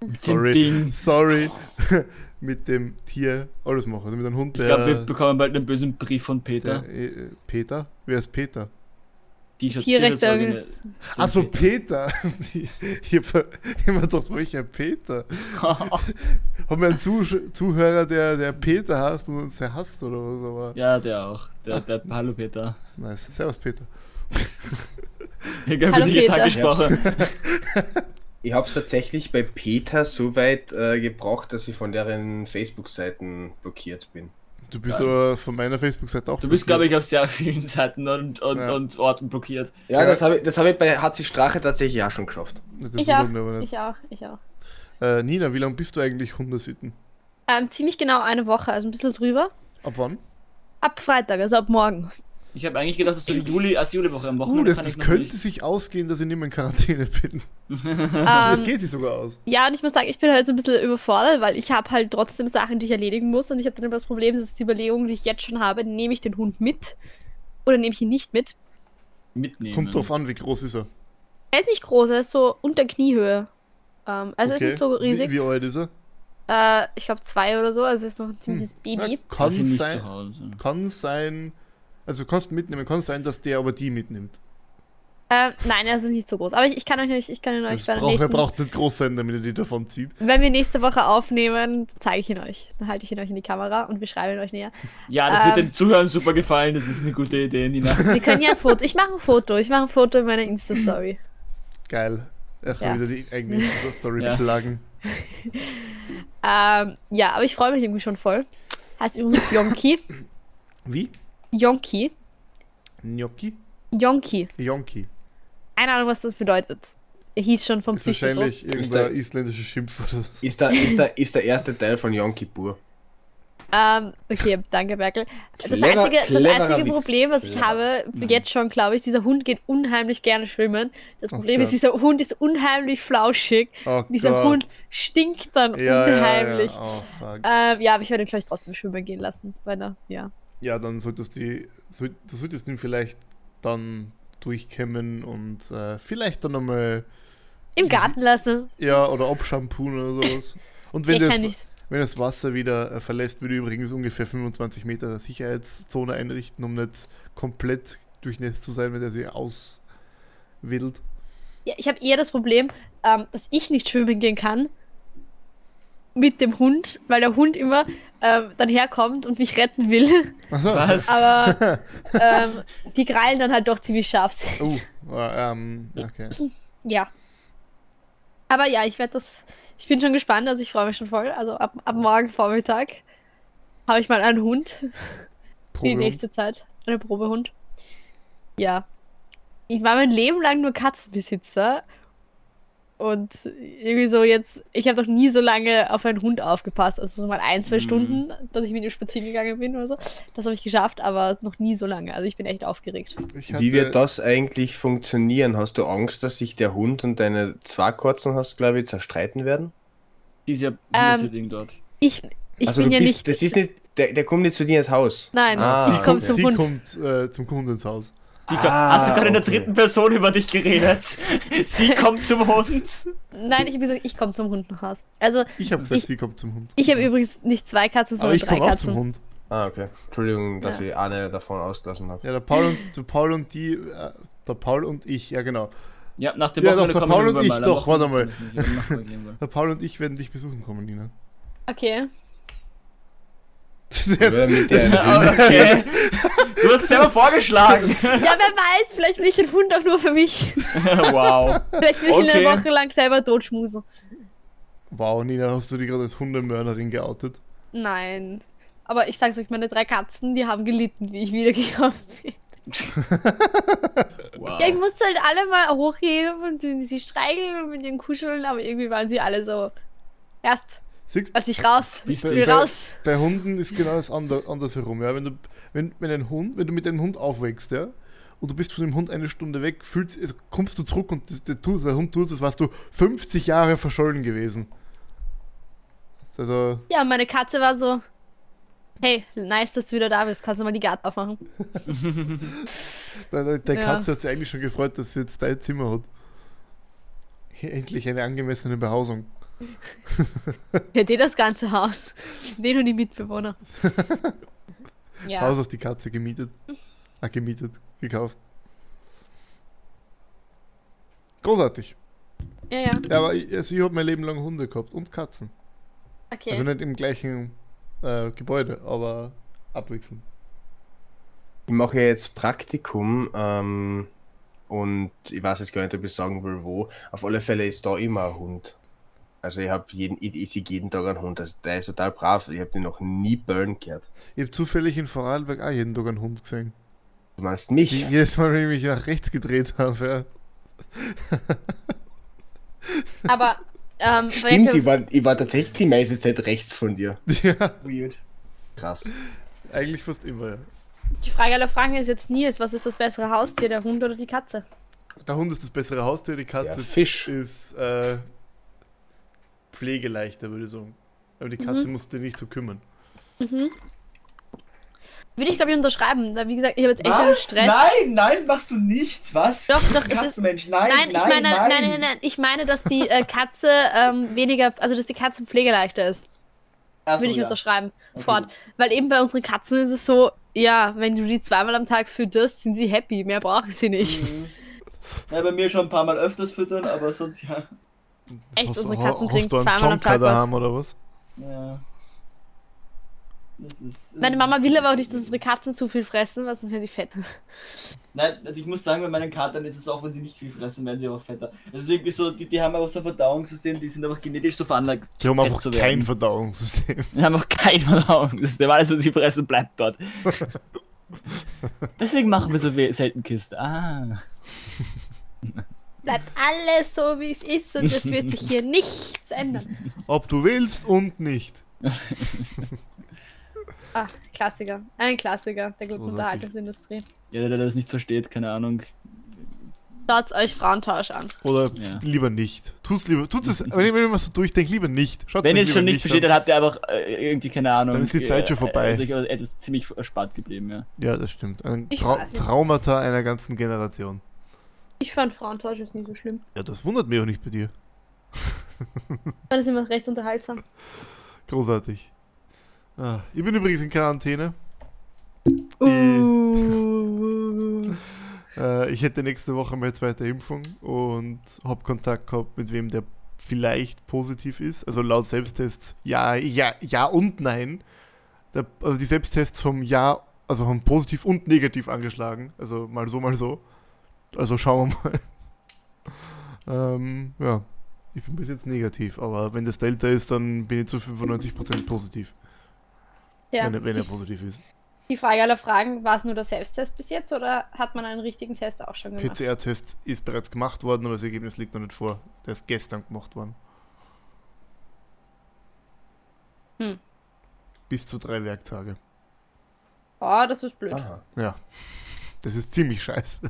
sorry, mit dem Tier alles machen. Also mit einem Hund, ich glaube, wir bekommen bald einen bösen Brief von Peter. Peter? Wer ist Peter? Tierrechtsorganisation. Achso, Peter. Ich hab mir gedacht, welcher Peter? Haben wir einen Zuhörer, der Peter heißt und uns sehr hasst oder was? Aber ja, der auch. Der Hallo Peter. Nice. Servus Peter. Ich habe dich jetzt angesprochen. Ich habe es tatsächlich bei Peter so weit gebracht, dass ich von deren Facebook-Seiten blockiert bin. Du bist aber von meiner Facebook-Seite auch. Du bist, glaube ich, auf sehr vielen Seiten und Orten blockiert. Ja, Ja. das hab ich bei HC Strache tatsächlich auch schon geschafft. Das Ich wundert auch, mich aber nicht. ich auch. Nina, wie lange bist du eigentlich Hundesitten? Ziemlich genau eine Woche, also ein bisschen drüber. Ab wann? Ab Freitag, also ab morgen. Ich habe eigentlich gedacht, dass du die erste Juliwoche am Wochenende Das könnte sich ausgehen, dass ich nicht mehr in Quarantäne bin. Das geht sich sogar aus. Ja, und ich muss sagen, ich bin halt so ein bisschen überfordert, weil ich habe halt trotzdem Sachen, die ich erledigen muss. Und ich habe dann immer das Problem, dass die Überlegung, die ich jetzt schon habe, nehme ich den Hund mit oder nehme ich ihn nicht mit? mitnehmen. Kommt drauf an, wie groß ist er. Er ist nicht groß, er ist so unter Kniehöhe. Also er ist nicht so riesig. Wie alt ist er? Ich glaube 2 oder so, also ist noch ein ziemliches Baby. Kann Lass ihn nicht sein, zu Hause. kann sein, also kannst mitnehmen, kann sein, dass der aber die mitnimmt. Nein, er ist nicht so groß. Aber ich kann ihn euch bei der Er nächsten, braucht nicht groß sein, damit er die davon zieht. wenn wir nächste Woche aufnehmen, zeige ich ihn euch. Dann halte ich ihn euch in die Kamera und beschreibe ihn euch näher. Ja, das wird den Zuhörern super gefallen. Das ist eine gute Idee, Nina. Wir können ja ein Foto. Ich mache ein Foto in meiner Insta-Story. Geil. Erstmal Ja. wieder die eigene Story Ja. pluggen. Ja, aber ich freue mich irgendwie schon voll. Heißt übrigens Yonki. Wie? Yonki. Gnocchi? Yonki. Yonki. Keine Ahnung, was das bedeutet. Er hieß schon vom Ist Züchter so. wahrscheinlich irgendein isländisches Schimpfwort. oder so. Ist der erste Teil von Yom Kippur. Okay, danke, Berkel. Das Cleverer einzige Witz. Problem, was ich habe, jetzt schon, glaube ich, dieser Hund geht unheimlich gerne schwimmen. Das Problem ist, Gott. dieser Hund ist unheimlich flauschig. Oh Dieser Gott. Hund stinkt dann unheimlich. Ja. Oh, fuck. Ja, aber ich werde ihn vielleicht trotzdem schwimmen gehen lassen, weil er, ja. Ja, dann solltest du ihn vielleicht dann durchkämmen und vielleicht dann nochmal, Im Garten lassen. ja, oder abschampooen oder sowas. Und Ich kann nicht. wenn das Wasser wieder verlässt, würde ich übrigens ungefähr 25 Meter Sicherheitszone einrichten, um nicht komplett durchnässt zu sein, wenn er sich auswedelt. Ja, ich habe eher das Problem, dass ich nicht schwimmen gehen kann mit dem Hund, weil der Hund immer dann herkommt und mich retten will. Achso. Was? Aber die Krallen dann halt doch ziemlich scharf sind. Okay. Ja. Aber ja, ich bin schon gespannt, also ich freue mich schon voll. Also ab morgen Vormittag habe ich mal einen Hund für die Probehund. nächste Zeit. Einen Probehund. Ja. Ich war mein Leben lang nur Katzenbesitzer. Und irgendwie so jetzt, ich habe noch nie so lange auf einen Hund aufgepasst. Also so mal 1-2 Stunden, dass ich mit ihm spazieren gegangen bin oder so. Das habe ich geschafft, aber noch nie so lange. Also ich bin echt aufgeregt. Wie wird das eigentlich funktionieren? Hast du Angst, dass sich der Hund und deine zwei Katzen, hast glaube ich, zerstreiten werden? Dieses Ding dort. Ich Also bin du ja bist, nicht. das ist nicht, der kommt nicht zu dir ins Haus. Nein, Ah, ich komme okay. zum Sie Hund. kommt zum Hund ins Haus. Hast du gerade in der okay. dritten Person über dich geredet? Sie kommt zum Hund. Nein, ich habe gesagt, ich komme zum Hund nach Haus. Also Ich habe gesagt, Ich- sie kommt zum Hund. ich habe übrigens nicht 2 Katzen, Aber sondern ich 3 komme auch zum Katzen. Hund. Ah, okay. Entschuldigung, dass Ja. ich eine davon ausgelassen habe. Ja, der Paul und ich, ja genau. Ja, nach dem Ja, Wochenende doch, der kommen Paul wir und irgendwann ich, mal. doch, Am warte mal. Wochenende machen wir irgendwann. Der Paul und ich werden dich besuchen kommen, Nina. Okay. Oder mit der Okay. Du hast es selber vorgeschlagen. Ja, wer weiß, vielleicht will ich den Hund auch nur für mich. Wow. Vielleicht will ich ihn Okay. eine Woche lang selber totschmusen. Wow, Nina, hast du dich gerade als Hundemörderin geoutet? Nein. Aber ich sag's euch, meine 3 Katzen, die haben gelitten, wie ich wiedergekommen bin. Wow. Ja, ich musste halt alle mal hochheben und sie streicheln und mit ihnen kuscheln, aber irgendwie waren sie alle so. Erst, Siehst als ich raus, Bist ich du- will raus. bei Hunden ist genau das andersherum. Ja? Wenn du mit einem Hund aufwächst, ja, und du bist von dem Hund eine Stunde weg, kommst du zurück und der Hund tut, als warst du 50 Jahre verschollen gewesen. Also, Ja, und meine Katze war so, hey, nice, dass du wieder da bist, kannst du mal die Garten aufmachen? der Ja. Katze hat sich eigentlich schon gefreut, dass sie jetzt dein Zimmer hat. Endlich eine angemessene Behausung. Ja, das ganze Haus. Wir sind nur die Mitbewohner. Das Ja. Haus auf die Katze gekauft. Großartig. Ja. Ja, aber ich habe mein Leben lang Hunde gehabt und Katzen. Okay. Also nicht im gleichen Gebäude, aber abwechselnd. Ich mache ja jetzt Praktikum Und ich weiß jetzt gar nicht, ob ich sagen will, wo. Auf alle Fälle ist da immer ein Hund. Also ich sehe jeden Tag einen Hund. Also der ist total brav. Ich habe den noch nie bellen gehört. Ich habe zufällig in Vorarlberg auch jeden Tag einen Hund gesehen. Du meinst mich? Jedes Mal, wenn ich mich nach rechts gedreht habe, ja. Aber, Stimmt, ich war tatsächlich die meiste Zeit rechts von dir. Ja, Weird. Krass. eigentlich fast immer, ja. die Frage aller Fragen ist jetzt Nils, was ist das bessere Haustier, der Hund oder die Katze? Der Hund ist das bessere Haustier, die Katze Der Fisch. ist pflegeleichter, würde ich sagen. Aber die Katze musst du dir nicht so kümmern. Würde ich, glaube ich, unterschreiben, weil, wie gesagt, ich habe jetzt echt einen Was? Stress. Nein, machst du nicht. Was? Doch, Du bist doch, ein es ist- Katzenmensch. Nein, ich meine, dass die Katze weniger, also dass die Katze pflegeleichter ist. Ach so, Würde ich ja. unterschreiben. Okay, Fort. gut. Weil eben bei unseren Katzen ist es so, ja, wenn du die zweimal am Tag fütterst, sind sie happy, mehr brauchen sie nicht. Ja, bei mir schon ein paar Mal öfters füttern, aber sonst ja. Echt, Hast unsere du- Katzen hast kriegen du einen zweimal am Jonker Tag was. daheim oder was? Ja. Das ist, Meine Mama will aber auch nicht, dass unsere Katzen zu viel fressen, weil sonst werden sie fett. Nein, also ich muss sagen, bei meinen Katern ist es auch, wenn sie nicht viel fressen, werden sie auch fetter. Das ist irgendwie so, die haben einfach so ein Verdauungssystem, die sind einfach genetisch so veranlagt. Die haben fett einfach zu kein werden. Verdauungssystem. Die haben auch kein Verdauungssystem. Alles, was sie fressen, bleibt dort. Deswegen machen wir so selten Kiste. Ah. Bleibt alles so, wie es ist und es wird sich hier nichts ändern. Ob du willst und nicht. Ah, Klassiker. Ein Klassiker der guten Großartig. Ja, Unterhaltungsindustrie. der das nicht versteht, keine Ahnung. Schaut euch Frauentausch an. Oder Ja. lieber nicht. Tut es, wenn ich mir mal so durchdenke, lieber nicht. Schaut's Wenn euch ihr es schon lieber nicht versteht, an. dann habt ihr einfach irgendwie keine Ahnung. Dann ist die Zeit schon vorbei. Also ich etwas ziemlich erspart geblieben, ja. Ja, das stimmt. Ein Ich weiß nicht. Traumata einer ganzen Generation. Ich fand Frauentausch ist nie so schlimm. Ja, das wundert mich auch nicht bei dir. Ich fand es immer recht unterhaltsam. Großartig. Ah, ich bin übrigens in Quarantäne. Ich hätte nächste Woche meine zweite Impfung und habe Kontakt gehabt mit wem, der vielleicht positiv ist. Also laut Selbsttests ja und nein. Also die Selbsttests haben haben positiv und negativ angeschlagen. Also mal so, mal so. Also schauen wir mal. Ja, ich bin bis jetzt negativ, aber wenn das Delta ist, dann bin ich zu 95% positiv. Ja. Wenn er positiv ist. Die Frage aller Fragen, war es nur der Selbsttest bis jetzt oder hat man einen richtigen Test auch schon gemacht? PCR-Test ist bereits gemacht worden, aber das Ergebnis liegt noch nicht vor. Der ist gestern gemacht worden. Bis zu 3 Werktage. Oh, das ist blöd. Aha. Ja, das ist ziemlich scheiße.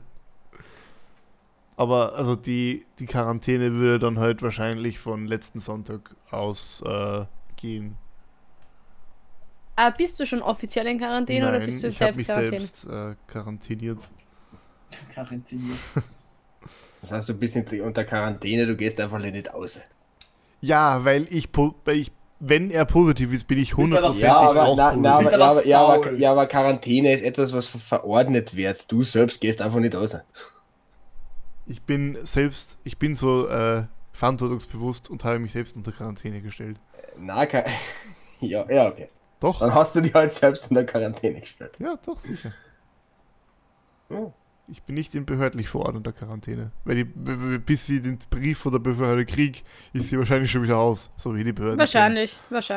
Aber also die Quarantäne würde dann halt wahrscheinlich von letzten Sonntag aus gehen. Aber bist du schon offiziell in Quarantäne oder bist du ich habe selbst mich Quarantäne? selbst quarantiniert. Quarantäne. Das heißt, du bist nicht unter Quarantäne, du gehst einfach nicht aus. Ja, weil wenn er positiv ist, bin ich Bist einfach- 100% Ja, aber, auch positiv. aber Quarantäne ist etwas, was verordnet wird. Du selbst gehst einfach nicht aus. Ich bin so verantwortungsbewusst und habe mich selbst unter Quarantäne gestellt. Na, ja, okay. Doch? Dann hast du dich halt selbst in der Quarantäne gestellt. Ja, doch, sicher. Oh. Ich bin nicht in behördlich verordneter Quarantäne. Weil bis sie den Brief von der Behörde krieg, ist sie wahrscheinlich schon wieder aus. So wie die Behörden. Wahrscheinlich.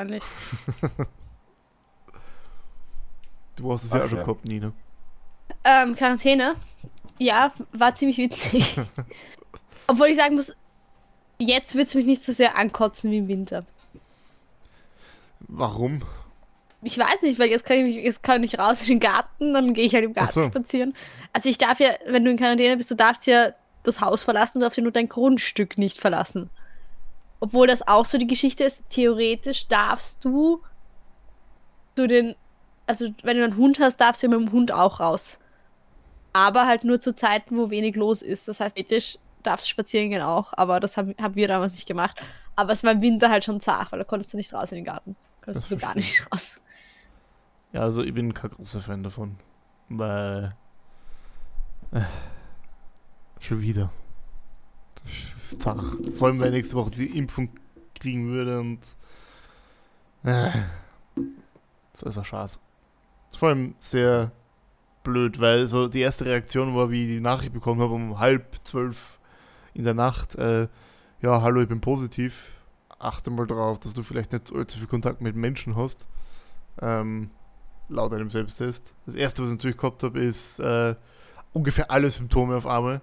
Du hast es ja Ach, auch schon ja. gehabt, Nina. Quarantäne. Ja, war ziemlich witzig. Obwohl ich sagen muss, jetzt wird es mich nicht so sehr ankotzen wie im Winter. Warum? Ich weiß nicht, weil jetzt kann ich raus in den Garten, dann gehe ich halt im Garten Ach so. spazieren. Also ich darf ja, wenn du in Quarantäne bist, du darfst ja das Haus verlassen, du darfst ja nur dein Grundstück nicht verlassen. Obwohl das auch so die Geschichte ist, theoretisch darfst du also wenn du einen Hund hast, darfst du ja mit dem Hund auch raus. Aber halt nur zu Zeiten, wo wenig los ist. Das heißt, ethisch darfst du spazieren gehen auch, aber das haben wir damals nicht gemacht. Aber es war im Winter halt schon zart, weil da konntest du nicht raus in den Garten. Konntest du gar nicht raus. Ja, also ich bin kein großer Fan davon. Weil. Schon wieder. Das ist zart. Vor allem, weil ich nächste Woche die Impfung kriegen würde und. Das ist ein Schatz. Vor allem sehr blöd, weil so die erste Reaktion war, wie ich die Nachricht bekommen habe, um 11:30 in der Nacht, ja, hallo, ich bin positiv. Achte mal darauf, dass du vielleicht nicht allzu viel Kontakt mit Menschen hast. Laut einem Selbsttest. Das erste, was ich natürlich gehabt habe, ist ungefähr alle Symptome auf einmal.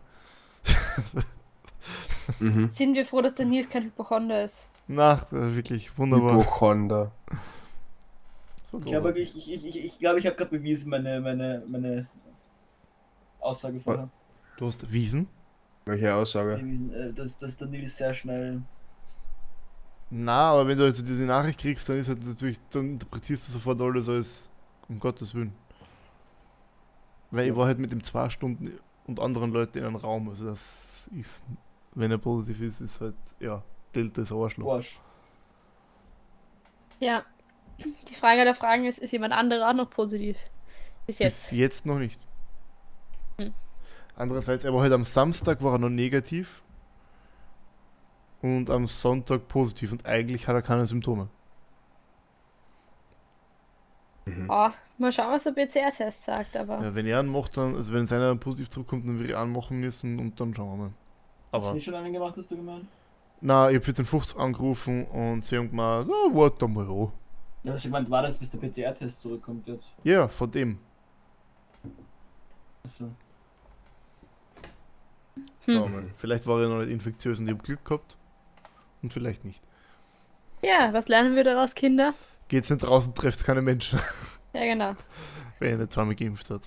Sind wir froh, dass der Nils kein Hypochonder ist. Wirklich wunderbar. Hypochonder. Ich glaube, ich habe gerade bewiesen, meine Aussage vorher. Du hast Wiesen? Welche Aussage? Bewiesen, dass der Nils sehr schnell. Na, aber wenn du jetzt diese Nachricht kriegst, dann ist halt natürlich, dann interpretierst du sofort alles als um Gottes Willen. Weil ich war halt mit ihm 2 Stunden und anderen Leuten in einem Raum, also das ist, wenn er positiv ist halt, ja, Delta ist Arschloch. Arsch. Ja. Die Frage der Fragen ist jemand anderer auch noch positiv? Bis jetzt. Bis jetzt noch nicht. Andererseits, er war halt am Samstag war er noch negativ und am Sonntag positiv und eigentlich hat er keine Symptome. Oh, mal schauen, was der PCR-Test sagt, aber. Ja, wenn er einen macht, dann, also wenn seiner positiv zurückkommt, dann würde ich einen machen müssen und dann schauen wir mal. Hast du Aber, nicht schon einen gemacht, hast du gemeint? na, ich habe 14:50 angerufen und sie haben gemeint, warte mal, ja. Ja, was ich meint, war das, bis der PCR-Test zurückkommt jetzt? Ja, von dem. Achso. Schauen wir mal. Vielleicht war er noch nicht infektiös und ich habe Glück gehabt. Und vielleicht nicht. Ja, was lernen wir daraus, Kinder? Geht's nicht draußen, trefft's keine Menschen. Ja, genau. Wenn er nicht zweimal geimpft hat.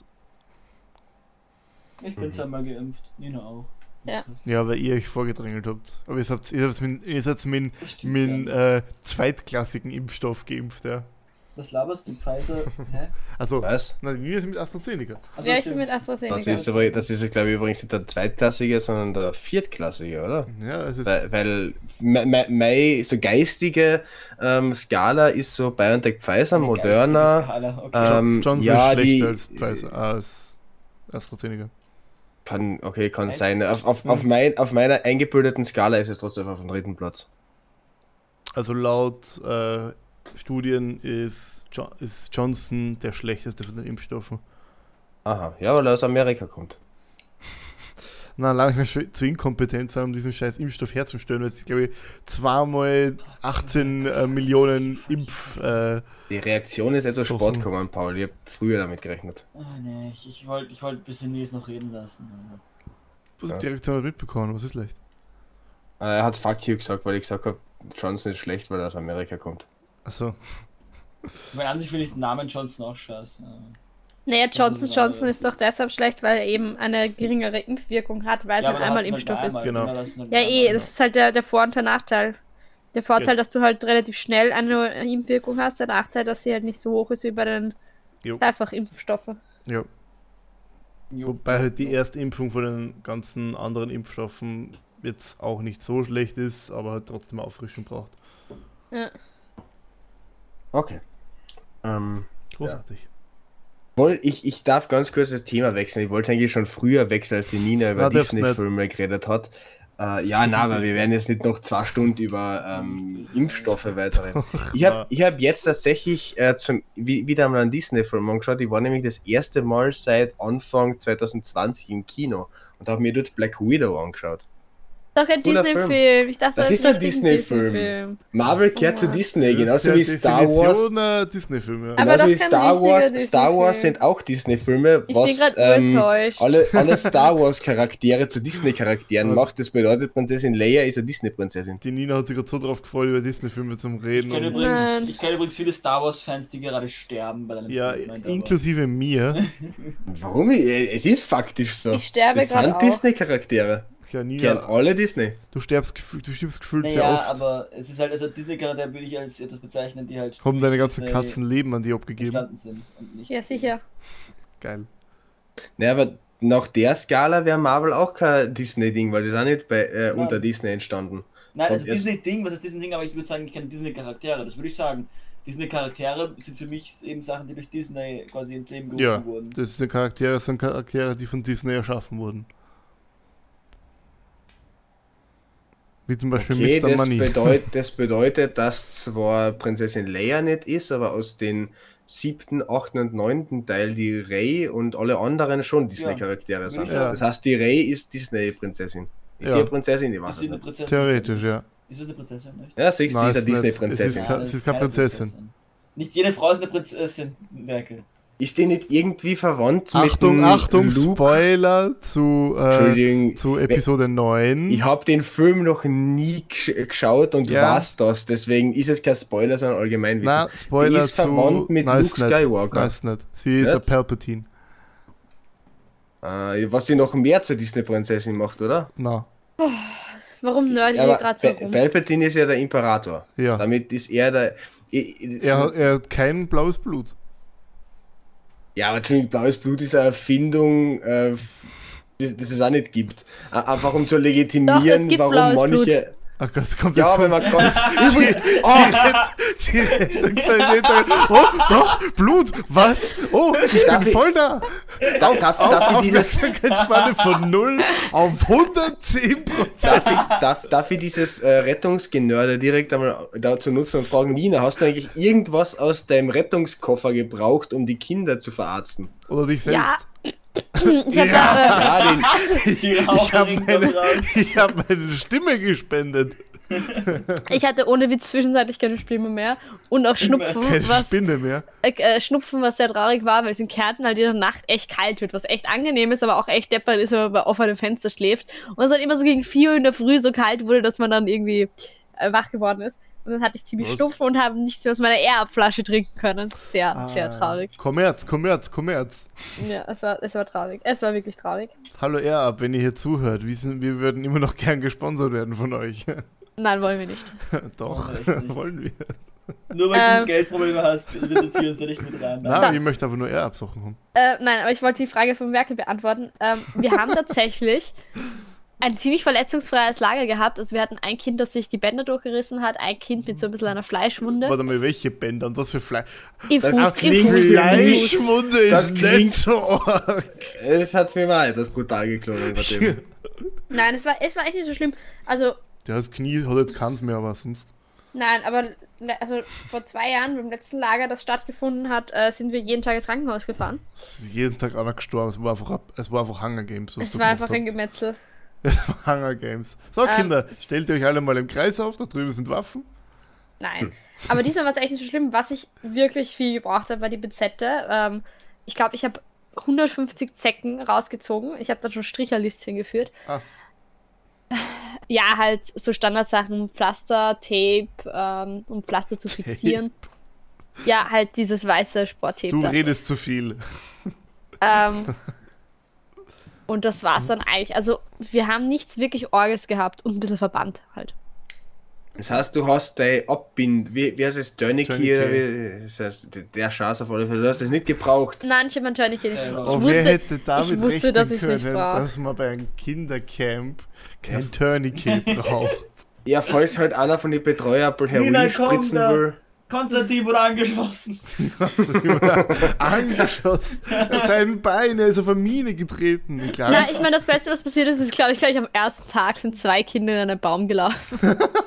Ich bin zweimal geimpft, Nina auch. Ja. Ja, weil ihr euch vorgedrängelt habt. Aber ihr seid mit Stimmt, zweitklassigen Impfstoff geimpft, ja. Was laberst du, Pfizer? Hä? Also, Was? na, wir sind mit AstraZeneca. Also Ja, ich bin mit AstraZeneca. Das ist glaube ich, übrigens nicht der zweitklassige, sondern der viertklassige, oder? Ja, es ist. Weil meine so geistige Skala ist so BioNTech, Pfizer, Moderna. Johnson ja, ist die schlechter als Pfizer, als AstraZeneca. kann sein. Auf meiner eingebildeten Skala ist es trotzdem auf dem 3. Platz. Also laut Studien ist Johnson der schlechteste von den Impfstoffen. Aha, ja, weil er aus Amerika kommt. Na, lange nicht mehr zu inkompetent sein, um diesen scheiß Impfstoff herzustellen, weil es, glaube ich, 2x18 Millionen Die Reaktion ist etwas Sport gekommen, Paul. Ich habe früher damit gerechnet. Oh, nee, ich wollte ein bisschen Nils noch reden lassen. Was hat die Reaktion nicht mitbekommen? Was ist leicht? Er hat Fuck you gesagt, weil ich gesagt habe, Johnson ist schlecht, weil er aus Amerika kommt. Achso. Ich meine, an sich finde ich den Namen Johnson auch scheiße. Naja, Das Johnson ist doch deshalb schlecht, weil er eben eine geringere Impfwirkung hat, weil es halt einmal Impfstoff ist. Genau. Ja, das ist halt der Vor- und der Nachteil. Der Vorteil, dass du halt relativ schnell eine Impfwirkung hast, der Nachteil, dass sie halt nicht so hoch ist wie bei den Dreifach-Impfstoffen. Ja. Wobei halt die Erstimpfung von den ganzen anderen Impfstoffen jetzt auch nicht so schlecht ist, aber halt trotzdem Auffrischung braucht. Ja. Okay. Großartig. Ich darf ganz kurz das Thema wechseln. Ich wollte eigentlich schon früher wechseln, als die Nina über Disney-Filme geredet hat. Aber wir werden jetzt nicht noch 2 Stunden über Impfstoffe weiterreden. Ich hab jetzt tatsächlich wieder mal einen Disney-Film angeschaut. Ich war nämlich das erste Mal seit Anfang 2020 im Kino und habe mir dort Black Widow angeschaut. Doch ein Cooler Disney-Film. Ich dachte, Das ist ein Disney-Film. Marvel kehrt zu Disney, genauso wie Star Wars. Disney-Film, ja. Aber Genauso doch wie kein Star Wars. richtiger Star Wars Disney-Film. sind auch Disney-Filme, Ich was bin gerade enttäuscht. alle Star Wars-Charaktere zu Disney-Charakteren macht. Das bedeutet, Prinzessin Leia ist eine Disney-Prinzessin. Die Nina hat sich gerade so drauf gefreut, über Disney-Filme zum Reden. Ich kenne und- übrigens viele Star Wars-Fans, die gerade sterben bei deinem Ja, Statement, inklusive mir. Warum? Es ist faktisch so. Ich sterbe Das gerade sind auch. Disney-Charaktere. Ja, Kennen Nina, alle Disney. du stirbst gefühlt sehr Naja, oft. aber es ist halt, also Disney-Charakter würde ich als etwas bezeichnen, die halt Haben deine ganzen Disney Katzen Leben an die abgegeben. entstanden sind und nicht. Ja, sicher. Geil. Naja, aber nach der Skala wäre Marvel auch kein Disney-Ding, weil die sind nicht unter Disney entstanden. Nein, also Und erst- Disney-Ding, was ist Disney-Ding, aber ich würde sagen, keine Disney-Charaktere, das würde ich sagen. Disney-Charaktere sind für mich eben Sachen, die durch Disney quasi ins Leben gerufen Ja, wurden. das sind Charaktere, die von Disney erschaffen wurden. Wie zum Beispiel Okay, Mr. Money. das bedeutet, dass zwar Prinzessin Leia nicht ist, aber aus den 7., 8. und 9. Teil die Rey und alle anderen schon Disney-Charaktere sind. Ja. Das heißt, die Rey ist Disney-Prinzessin. Ist sie Ja. eine Prinzessin? Ich weiß Ist es sie eine nicht. Prinzessin? Theoretisch, ja. Ist es eine Prinzessin, nicht? Ja, siehst du, Nein, sie ist eine ist nicht. Disney-Prinzessin. Es ist- sie ist keine Prinzessin. Nicht jede Frau ist eine Prinzessin, Merkel. Ist die nicht irgendwie verwandt Achtung, mit dem Achtung, Luke? Spoiler zu Entschuldigung. Episode 9. Ich habe den Film noch nie geschaut und Ja. weiß das, deswegen ist es kein Spoiler, sondern Allgemeinwissen. Na, Spoiler Die ist verwandt mit Nein, Luke ist nicht. Skywalker. Nein, ist nicht. Sie ist Nicht? ein Palpatine. Was sie noch mehr zur Disney-Prinzessin macht, oder? Na, Warum nerd ich Aber hier gerade so rum? Palpatine ist ja der Imperator. ja. Damit ist er der... Er hat kein blaues Blut. Ja, aber Entschuldigung, blaues Blut ist eine Erfindung, das es auch nicht gibt. Einfach um zu Doch, legitimieren, es gibt warum blaues manche... Ach Gott, es kommt Ja, jetzt wenn man ganz... die Rettungsleiter. Oh, doch, Blut, was? Oh, ich Darf bin ich- voll da. Darf ich dieses... Aufmerksamkeitsspanne von 0 auf 110%. Darf ich dieses Rettungsgenörde direkt einmal dazu nutzen und fragen, Nina, hast du eigentlich irgendwas aus deinem Rettungskoffer gebraucht, um die Kinder zu verarzten? Oder dich selbst. Ja. Ich hab Ja, den, Die Ich habe Raucherin kommt raus. meine Stimme gespendet. ich hatte ohne Witz zwischenzeitlich keine Stimme mehr und auch Schnupfen, Keine was Spinne mehr. Schnupfen, was sehr traurig war, weil es in Kärnten halt in der Nacht echt kalt wird, was echt angenehm ist, aber auch echt deppert ist, wenn man bei offenem Fenster schläft. Und es halt immer so gegen 4 Uhr in der Früh so kalt wurde, dass man dann irgendwie wach geworden ist. Und dann hatte ich ziemlich Was? Schnupfen und habe nichts mehr aus meiner Air-Up-Flasche trinken können. Sehr traurig. Kommerz. Ja, es war traurig. Es war wirklich traurig. Hallo Air-Up, wenn ihr hier zuhört. Wir würden immer noch gern gesponsert werden von euch. Nein, wollen wir nicht. Doch, Oh, echt nicht. wollen wir. Nur weil du Geldprobleme hast, wir beziehen uns da nicht mit rein. Nein, Da- ich möchte aber nur Air-Up-Sachen haben. Nein, aber ich wollte die Frage von Merkel beantworten. Wir haben tatsächlich ein ziemlich verletzungsfreies Lager gehabt. Also wir hatten ein Kind, das sich die Bänder durchgerissen hat, ein Kind mit so ein bisschen einer Fleischwunde. Warte mal, welche Bänder und was für Fleisch? Im das Fuß, im klingt Fuß, wie im Fuß. Fleischwunde Das ist klingt- nicht so arg. es hat für mich auch etwas brutal geklungen. bei dem. Nein, es war echt nicht so schlimm. Also, Der hat das Knie, hat jetzt keins mehr, aber sonst. nein, aber also vor 2 Jahren, beim letzten Lager, das stattgefunden hat, sind wir jeden Tag ins Krankenhaus gefahren. Es ist jeden Tag einer gestorben. Es war einfach Hunger Games. was Es du war gemacht einfach ein habt. Gemetzel. Es war Hunger Games. So, Kinder, stellt euch alle mal im Kreis auf, da drüben sind Waffen. Nein. Aber diesmal war es echt nicht so schlimm. Was ich wirklich viel gebraucht habe, war die Bezette. Ich glaube, ich habe 150 Zecken rausgezogen. Ich habe dann schon Stricherlistchen geführt. Ah. Ja, halt so Standardsachen, Pflaster, Tape, um Pflaster zu fixieren. Ja, halt dieses weiße Sporttape Du da. redest zu viel. Und das war's dann eigentlich. Also, wir haben nichts wirklich Orges gehabt und ein bisschen Verband halt. Das heißt, du hast dein Abbind, wie heißt es, Tourniquet Tourniquet. oder wie, das heißt, der Chance auf alle Fälle, du hast es nicht gebraucht. Nein, ich habe mein Tourniquet nicht gebraucht. Oh, Ich wer wusste, hätte damit ich wusste, rechnen dass ich's können, nicht brauche. dass man bei einem Kindercamp kein Tourniquet braucht. Ja, falls halt einer von den Betreuern ein bisschen Nina, Heroin komm spritzen da. will. Konstantin wurde angeschossen. Angeschossen. Sein Bein, er ist auf eine Mine getreten. Egal. Na, ich meine, das Beste, was passiert ist, ist, glaube ich, gleich am ersten Tag sind 2 Kinder in einen Baum gelaufen.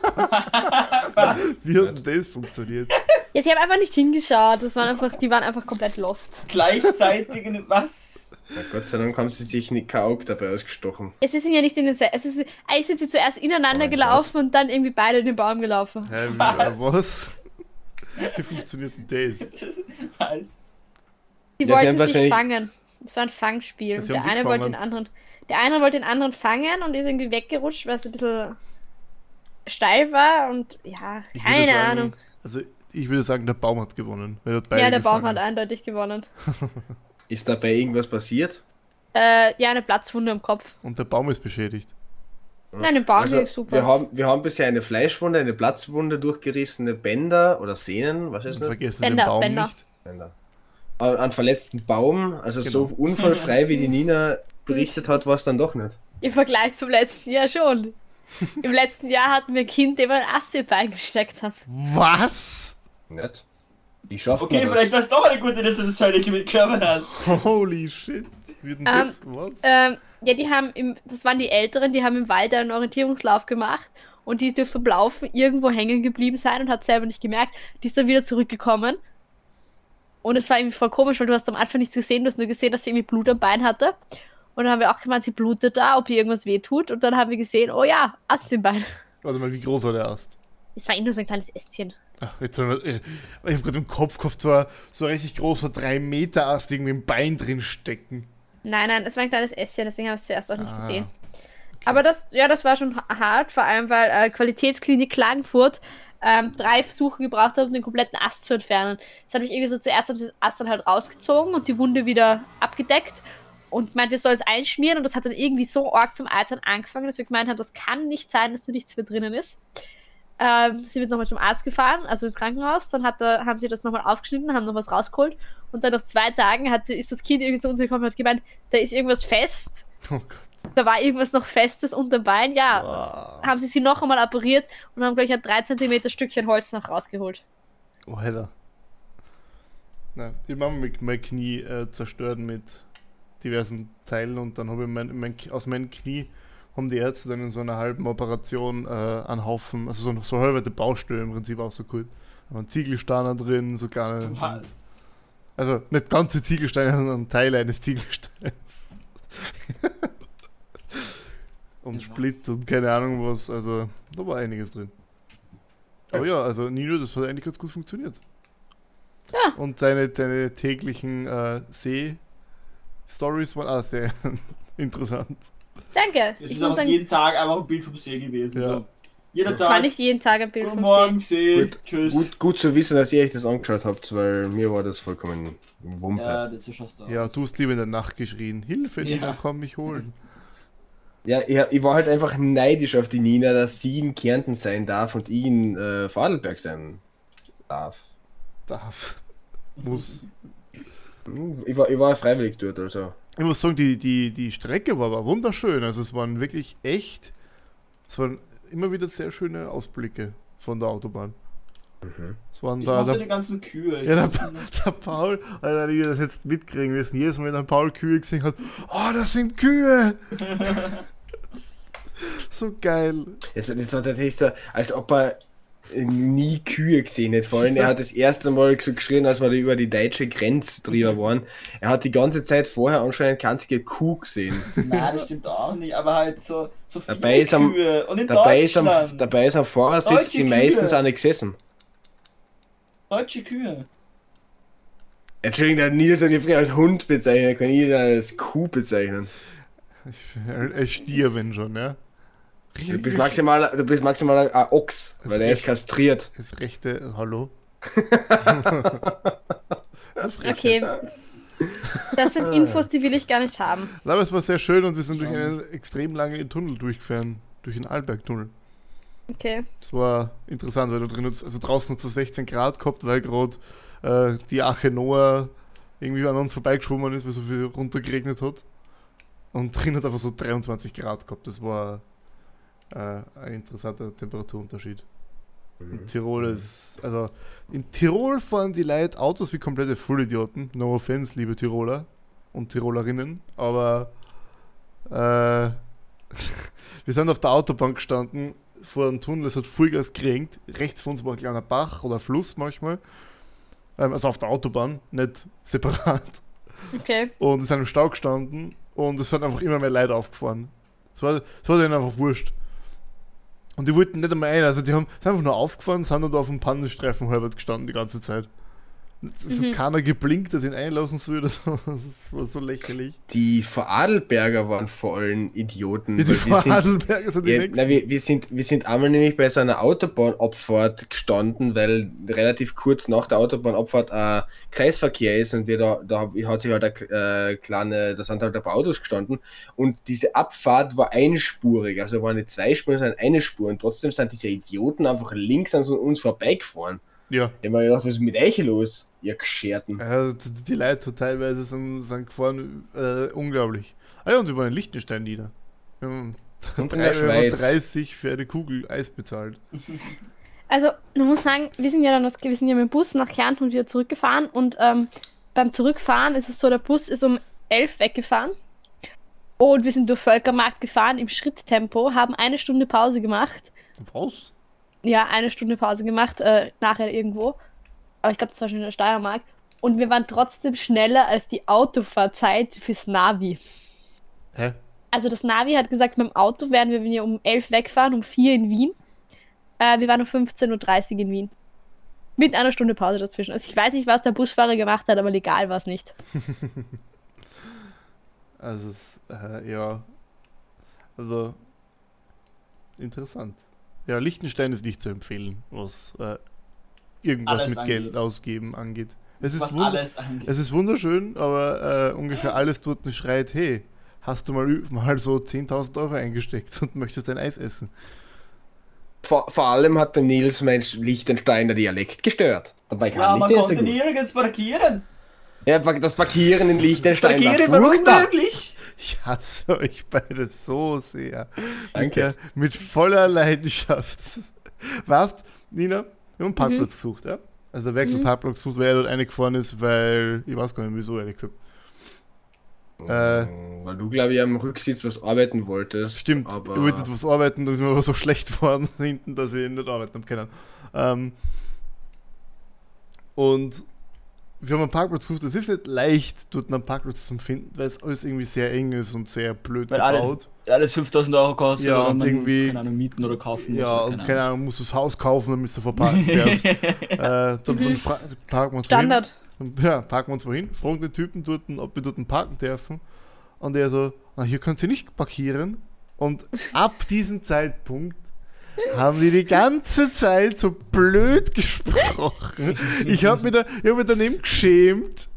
Wie hat denn das funktioniert? Ja, sie haben einfach nicht hingeschaut. Die waren einfach komplett lost. Gleichzeitig in was? Na, Gott sei Dank haben sie sich nicht kein Auge dabei ausgestochen. Ja, sie sind ja nicht in den eigentlich sind sie zuerst ineinander Oh, gelaufen und dann irgendwie beide in den Baum gelaufen. Hä, was? Wie funktioniert denn das? Was? Die Ja, sie haben wollten sich wahrscheinlich- fangen. Das war ein Fangspiel. Ja, Und sie haben der sich eine wollte gefangen. der eine wollte den anderen fangen und ist irgendwie weggerutscht, weil es ein bisschen steil war und ja, Ich würde keine sagen, Ahnung. Also, ich würde sagen, der Baum hat gewonnen. Weil er hat beide Ja, der Baum gefangen. hat eindeutig gewonnen. Ist dabei irgendwas passiert? Ja, eine Platzwunde am Kopf. Und der Baum ist beschädigt. Nein, den Baum Also, ging super. wir haben bisher eine Fleischwunde, eine Platzwunde, durchgerissene Bänder oder Sehnen, was ist Und das? vergessen Bänder, den Baum Bänder. nicht. Bänder. Einen verletzten Baum, also so Genau. unfallfrei wie die Nina berichtet hat, war es dann doch nicht. Im Vergleich zum letzten Jahr schon. Im letzten Jahr hatten wir ein Kind, dem ein Ast im Bein gesteckt hat. Was? Nicht? Wie schafft Okay, man das? vielleicht war es doch eine gute, dass du das Tourniquet mitgenommen hast. Holy shit. Wie denn das? Was? Ja, das waren die Älteren, die haben im Wald einen Orientierungslauf gemacht und die dürfte beim Laufen irgendwo hängen geblieben sein und hat selber nicht gemerkt. Die ist dann wieder zurückgekommen Und es war irgendwie voll komisch, weil du hast am Anfang nichts gesehen, du hast nur gesehen, dass sie irgendwie Blut am Bein hatte. Und dann haben wir auch gemeint, sie blutet da, ob ihr irgendwas wehtut. Und dann haben wir gesehen, oh ja, Ast im Bein. Warte mal, wie groß war der Ast? Es war nur so ein kleines Ästchen. Ach, ich habe gerade im Kopf gehabt, so ein richtig großer 3 Meter Ast irgendwie im Bein drin stecken. Nein, es war ein kleines Ästchen, deswegen habe ich es zuerst auch nicht gesehen. Okay. Aber das war schon hart, vor allem weil Qualitätsklinik Klagenfurt 3 Versuche gebraucht hat, um den kompletten Ast zu entfernen. Das hat mich irgendwie so, zuerst haben sie das Ast dann halt rausgezogen und die Wunde wieder abgedeckt und meint, wir sollen es einschmieren und das hat dann irgendwie so arg zum Eitern angefangen, dass wir gemeint haben, das kann nicht sein, dass da nichts mehr drinnen ist. Sie wird nochmal zum Arzt gefahren, also ins Krankenhaus, dann haben sie das nochmal aufgeschnitten, haben noch was rausgeholt und dann nach 2 Tagen ist das Kind irgendwie zu uns gekommen und hat gemeint, da ist irgendwas fest. Oh Gott. Da war irgendwas noch Festes unter dem Bein, ja. Haben sie noch einmal operiert und haben gleich ein 3 cm Stückchen Holz noch rausgeholt. Oh, Alter. Nein, ich habe mein Knie zerstört mit diversen Teilen und dann habe ich aus meinem Knie haben die Ärzte dann in so einer halben Operation einen Haufen, also so halbe Baustelle im Prinzip auch so gut. Da waren Ziegelsteine drin, so kleine. Was? Also nicht ganze Ziegelsteine, sondern Teile eines Ziegelsteins. Und Split und keine Ahnung was, also da war einiges drin. Aber ja, also Nino, das hat eigentlich ganz gut funktioniert. Ja. Und deine täglichen See-Stories waren auch sehr interessant. Danke. Es Ich ist muss auch sagen, jeden Tag einfach ein Bild vom See gewesen. Ja. So. Jeder war Tag. nicht jeden Tag ein Bild Guten vom Morgen, See. See. Tschüss. Gut zu wissen, dass ihr euch das angeschaut habt, weil mir war das vollkommen Wumpe. Ja, das ist schon da. Ja, du hast lieber in der Nacht geschrien. Hilfe, Nina, Ja. komm mich holen. Ja, ich war halt einfach neidisch auf die Nina, dass sie in Kärnten sein darf und ich in Vorarlberg sein darf. Muss. Ich war freiwillig dort, also. Ich muss sagen, die Strecke war aber wunderschön. Also es waren wirklich echt. Es waren immer wieder sehr schöne Ausblicke von der Autobahn. Es waren Ich da. mochte die ganzen Kühe. Ja, der Paul, Alter, die das jetzt mitkriegen müssen, jedes Mal, wenn der Paul Kühe gesehen hat, oh, das sind Kühe! So geil. Das war tatsächlich so, als ob er nie Kühe gesehen hätte. Vor allem, er hat das erste Mal so geschrien, als wir über die deutsche Grenze drüber waren. Er hat die ganze Zeit vorher anscheinend keine einzige Kuh gesehen. Nein, das stimmt auch nicht, aber halt so viele Dabei ist am- Kühe. Und in Dabei ist Deutschland. am Fahrersitz Deutsche die meistens Kühe. auch nicht gesessen. Deutsche Kühe. Entschuldigung, der Nils hat die früher als Hund bezeichnet, kann ich ihn als Kuh bezeichnen. Ein Stier, wenn schon, ja. Du bist maximal ein Ochs, Das weil der ist ist kastriert. Das rechte, hallo? Okay. Das sind Infos, die will ich gar nicht haben. Aber es war sehr schön und wir sind durch einen extrem langen Tunnel durchgefahren. Durch den Arlberg-Tunnel. Okay. Das war interessant, weil da drin, also draußen hat es so 16 Grad gehabt, weil gerade die Ache Noah irgendwie an uns vorbeigeschwommen ist, weil so viel runtergeregnet hat. Und drin hat es einfach so 23 Grad gehabt. Das war ein interessanter Temperaturunterschied. In Tirol ist, also in Tirol fahren die Leute Autos wie komplette Vollidioten. No offense, liebe Tiroler und Tirolerinnen, aber wir sind auf der Autobahn gestanden, vor einem Tunnel, es hat Vollgas geregnet. Rechts von uns war ein kleiner Bach oder Fluss manchmal. Also auf der Autobahn, nicht separat. Okay. Und es sind im Stau gestanden und es hat einfach immer mehr Leute aufgefahren. Es war denen einfach wurscht. Und die wollten nicht einmal ein, also die sind einfach nur aufgefahren, sind dann da auf dem Pannenstreifen halbert gestanden die ganze Zeit. Es hat keiner geblinkt, dass ihn einlassen soll oder so. Das war so lächerlich. Die Vorarlberger waren vor allem Idioten. Ja, die weil wir sind- Vorarlberger sind die Ja, nächsten. wir sind einmal nämlich bei so einer Autobahnabfahrt gestanden, weil relativ kurz nach der Autobahnabfahrt ein Kreisverkehr ist und da hat sich halt da sind halt ein paar Autos gestanden und diese Abfahrt war einspurig, also war nicht zweispurig, sondern eine Spur und trotzdem sind diese Idioten einfach links an uns vorbeigefahren. Ja. Ich hab mir gedacht, was ist mit euch los, ihr Gescherten? Die Leute teilweise sind gefahren, unglaublich. Ah ja, und über den Liechtenstein nieder. Wir haben Und in der Schweiz. 30 für eine Kugel Eis bezahlt. Also, man muss sagen, wir sind ja mit dem Bus nach Kärnten und wieder zurückgefahren und beim Zurückfahren ist es so, der Bus ist um 11 weggefahren und wir sind durch Völkermarkt gefahren im Schritttempo, haben 1 Stunde Pause gemacht. Was? Ja, 1 Stunde Pause gemacht, nachher irgendwo. Aber ich glaube, das war schon in der Steiermark. Und wir waren trotzdem schneller als die Autofahrzeit fürs Navi. Hä? Also das Navi hat gesagt, mit dem Auto werden wir, wenn wir um 11 wegfahren, um 4 in Wien. Wir waren um 15:30 Uhr in Wien. Mit einer Stunde Pause dazwischen. Also ich weiß nicht, was der Busfahrer gemacht hat, aber legal war es nicht. Also, ja. Also, interessant. Ja, Liechtenstein ist nicht zu empfehlen, was irgendwas Alles mit angeht. Geld ausgeben angeht. Es ist, Was alles angeht. es ist wunderschön, aber ungefähr alles dort schreit, hey, hast du mal so 10.000 Euro eingesteckt und möchtest ein Eis essen? Vor allem hat der Nils mein Liechtensteiner Dialekt gestört. Dabei kann Ja, ich man nicht so konnte gut. nirgends parkieren. Ja, das Parkieren in Liechtenstein Parkieren war war furchtbar. unmöglich. Ich hasse euch beide so sehr. Danke. Ja, mit voller Leidenschaft. Weißt, Nina, wir haben einen Parkplatz gesucht, ja? Also der Wechselparkplatz gesucht, weil er dort eingefahren ist, weil, ich weiß gar nicht wieso, ehrlich gesagt. Weil du, glaube ich, am Rücksitz was arbeiten wolltest. Stimmt, aber ich wollte etwas arbeiten, da ist mir aber so schlecht geworden hinten, dass ich nicht arbeiten habe können. Und wir haben einen Parkplatz gesucht, es ist nicht leicht, dort einen Parkplatz zu finden, weil es alles irgendwie sehr eng ist und sehr blöd Weil gebaut. alles 5.000 Euro kostet Ja, oder und man irgendwie- keine Ahnung, mieten oder kaufen muss. Ja, oder und keine Ahnung, musst du das Haus kaufen, damit du verparken darfst. Dann parken wir uns wohin. Standard. Ja, parken wir uns wohin, fragen den Typen dort, ob wir dort parken dürfen. Und er so, na, hier könnt ihr nicht parkieren. Und ab diesem Zeitpunkt haben die ganze Zeit so blöd gesprochen. Ich hab mich daneben geschämt.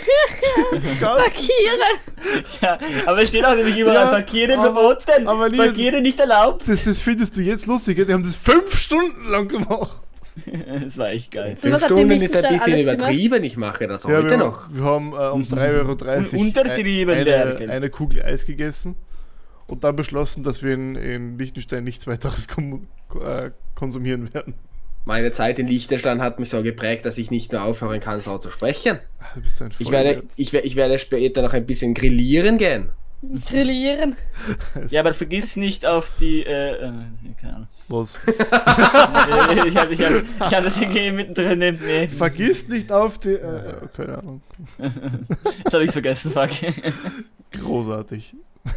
Ganz, Parkieren! Ja, aber es steht auch nämlich überall, Ja, Parkieren aber- verboten, aber nie- Parkieren nicht erlaubt. das findest du jetzt lustig, gell? Die haben das 5 Stunden lang gemacht. Das war echt geil. Und was 5 habt ihr Stunden in ist ein Liechtenstein bisschen alles gemacht? übertrieben, ich mache das Ja, heute wir noch. wir haben um 3,30 Euro Untertrieben, Lerkel. eine Kugel Eis gegessen und dann beschlossen, dass wir in Liechtenstein nichts weiteres konsumieren werden. Meine Zeit in Liechtenstein hat mich so geprägt, dass ich nicht mehr aufhören kann, so zu sprechen. Du bist ein Ich werde, Vollidiot. ich werde später noch ein bisschen grillieren gehen. Grillieren. Ja, aber vergiss nicht auf die, keine Ahnung. Was? Ich hab das irgendwie mittendrin. Nee, Vergiss nicht auf die. Keine Ahnung. jetzt habe ich's vergessen, fuck. Großartig.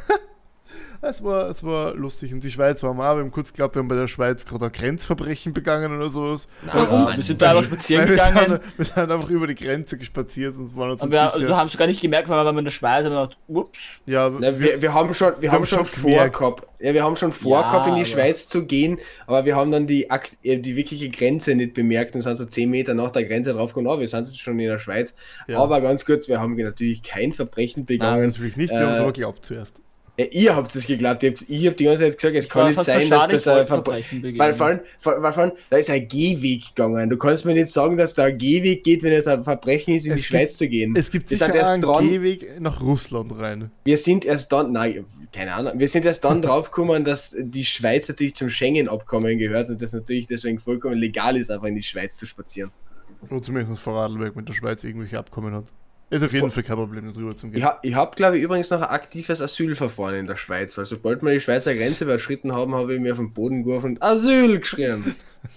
Es war lustig. Und die Schweiz waren wir auch. Wir haben kurz geglaubt, wir haben bei der Schweiz gerade ein Grenzverbrechen begangen oder sowas. Warum? Wir sind da einfach spazieren Weil gegangen. wir sind einfach über die Grenze gespaziert und waren uns Und nicht wir sicher. haben es gar nicht gemerkt, weil wir in der Schweiz haben gedacht, ups. Ja, Na, wir haben schon haben schon gemerkt. vorgehabt. Ja, wir haben schon vorgehabt, in die aber- Schweiz zu gehen, aber wir haben dann die wirkliche Grenze nicht bemerkt und sind so 10 Meter nach der Grenze draufgekommen, wir sind jetzt schon in der Schweiz. Ja. Aber ganz kurz, wir haben natürlich kein Verbrechen nein, begangen. natürlich nicht. Wir haben es aber geglaubt zuerst. Ihr habt es geglaubt, ich hab die ganze Zeit gesagt, es kann war nicht fast sein, dass wahrscheinlich das ein Verbrechen begehen. Weil vor allem, da ist ein Gehweg gegangen. Du kannst mir nicht sagen, dass da ein Gehweg geht, wenn es ein Verbrechen ist, in Es die gibt- Schweiz zu gehen. Es gibt Wir sicher sind erst einen dran. Gehweg nach Russland rein. Wir sind erst dann, nein, keine Ahnung, wir sind erst dann draufgekommen, dass die Schweiz natürlich zum Schengen-Abkommen gehört und das natürlich deswegen vollkommen legal ist, einfach in die Schweiz zu spazieren. Oder zumindest Vorarlberg mit der Schweiz irgendwelche Abkommen hat. Ist auf jeden Fall kein Problem, drüber zu gehen. Ich hab, glaube ich, übrigens noch ein aktives Asylverfahren in der Schweiz, weil sobald wir die Schweizer Grenze überschritten haben, habe ich mir auf den Boden geworfen und Asyl geschrien.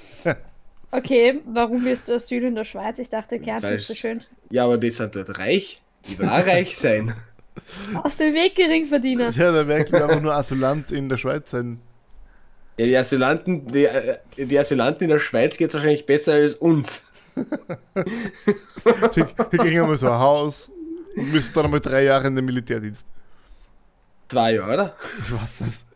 Okay, warum willst du Asyl in der Schweiz? Ich dachte, Kärnten Weil ist so es- schön. Ja, aber die sind dort reich. Die will auch reich sein. Aus dem Weg, Geringverdiener. Ja, da wäre ich einfach nur Asylant in der Schweiz sein. Ja, die Asylanten in der Schweiz geht es wahrscheinlich besser als uns. Die kriegen einmal so ein Haus und müssen dann einmal 3 Jahre in den Militärdienst. 2 Jahre, oder? Ich weiß das.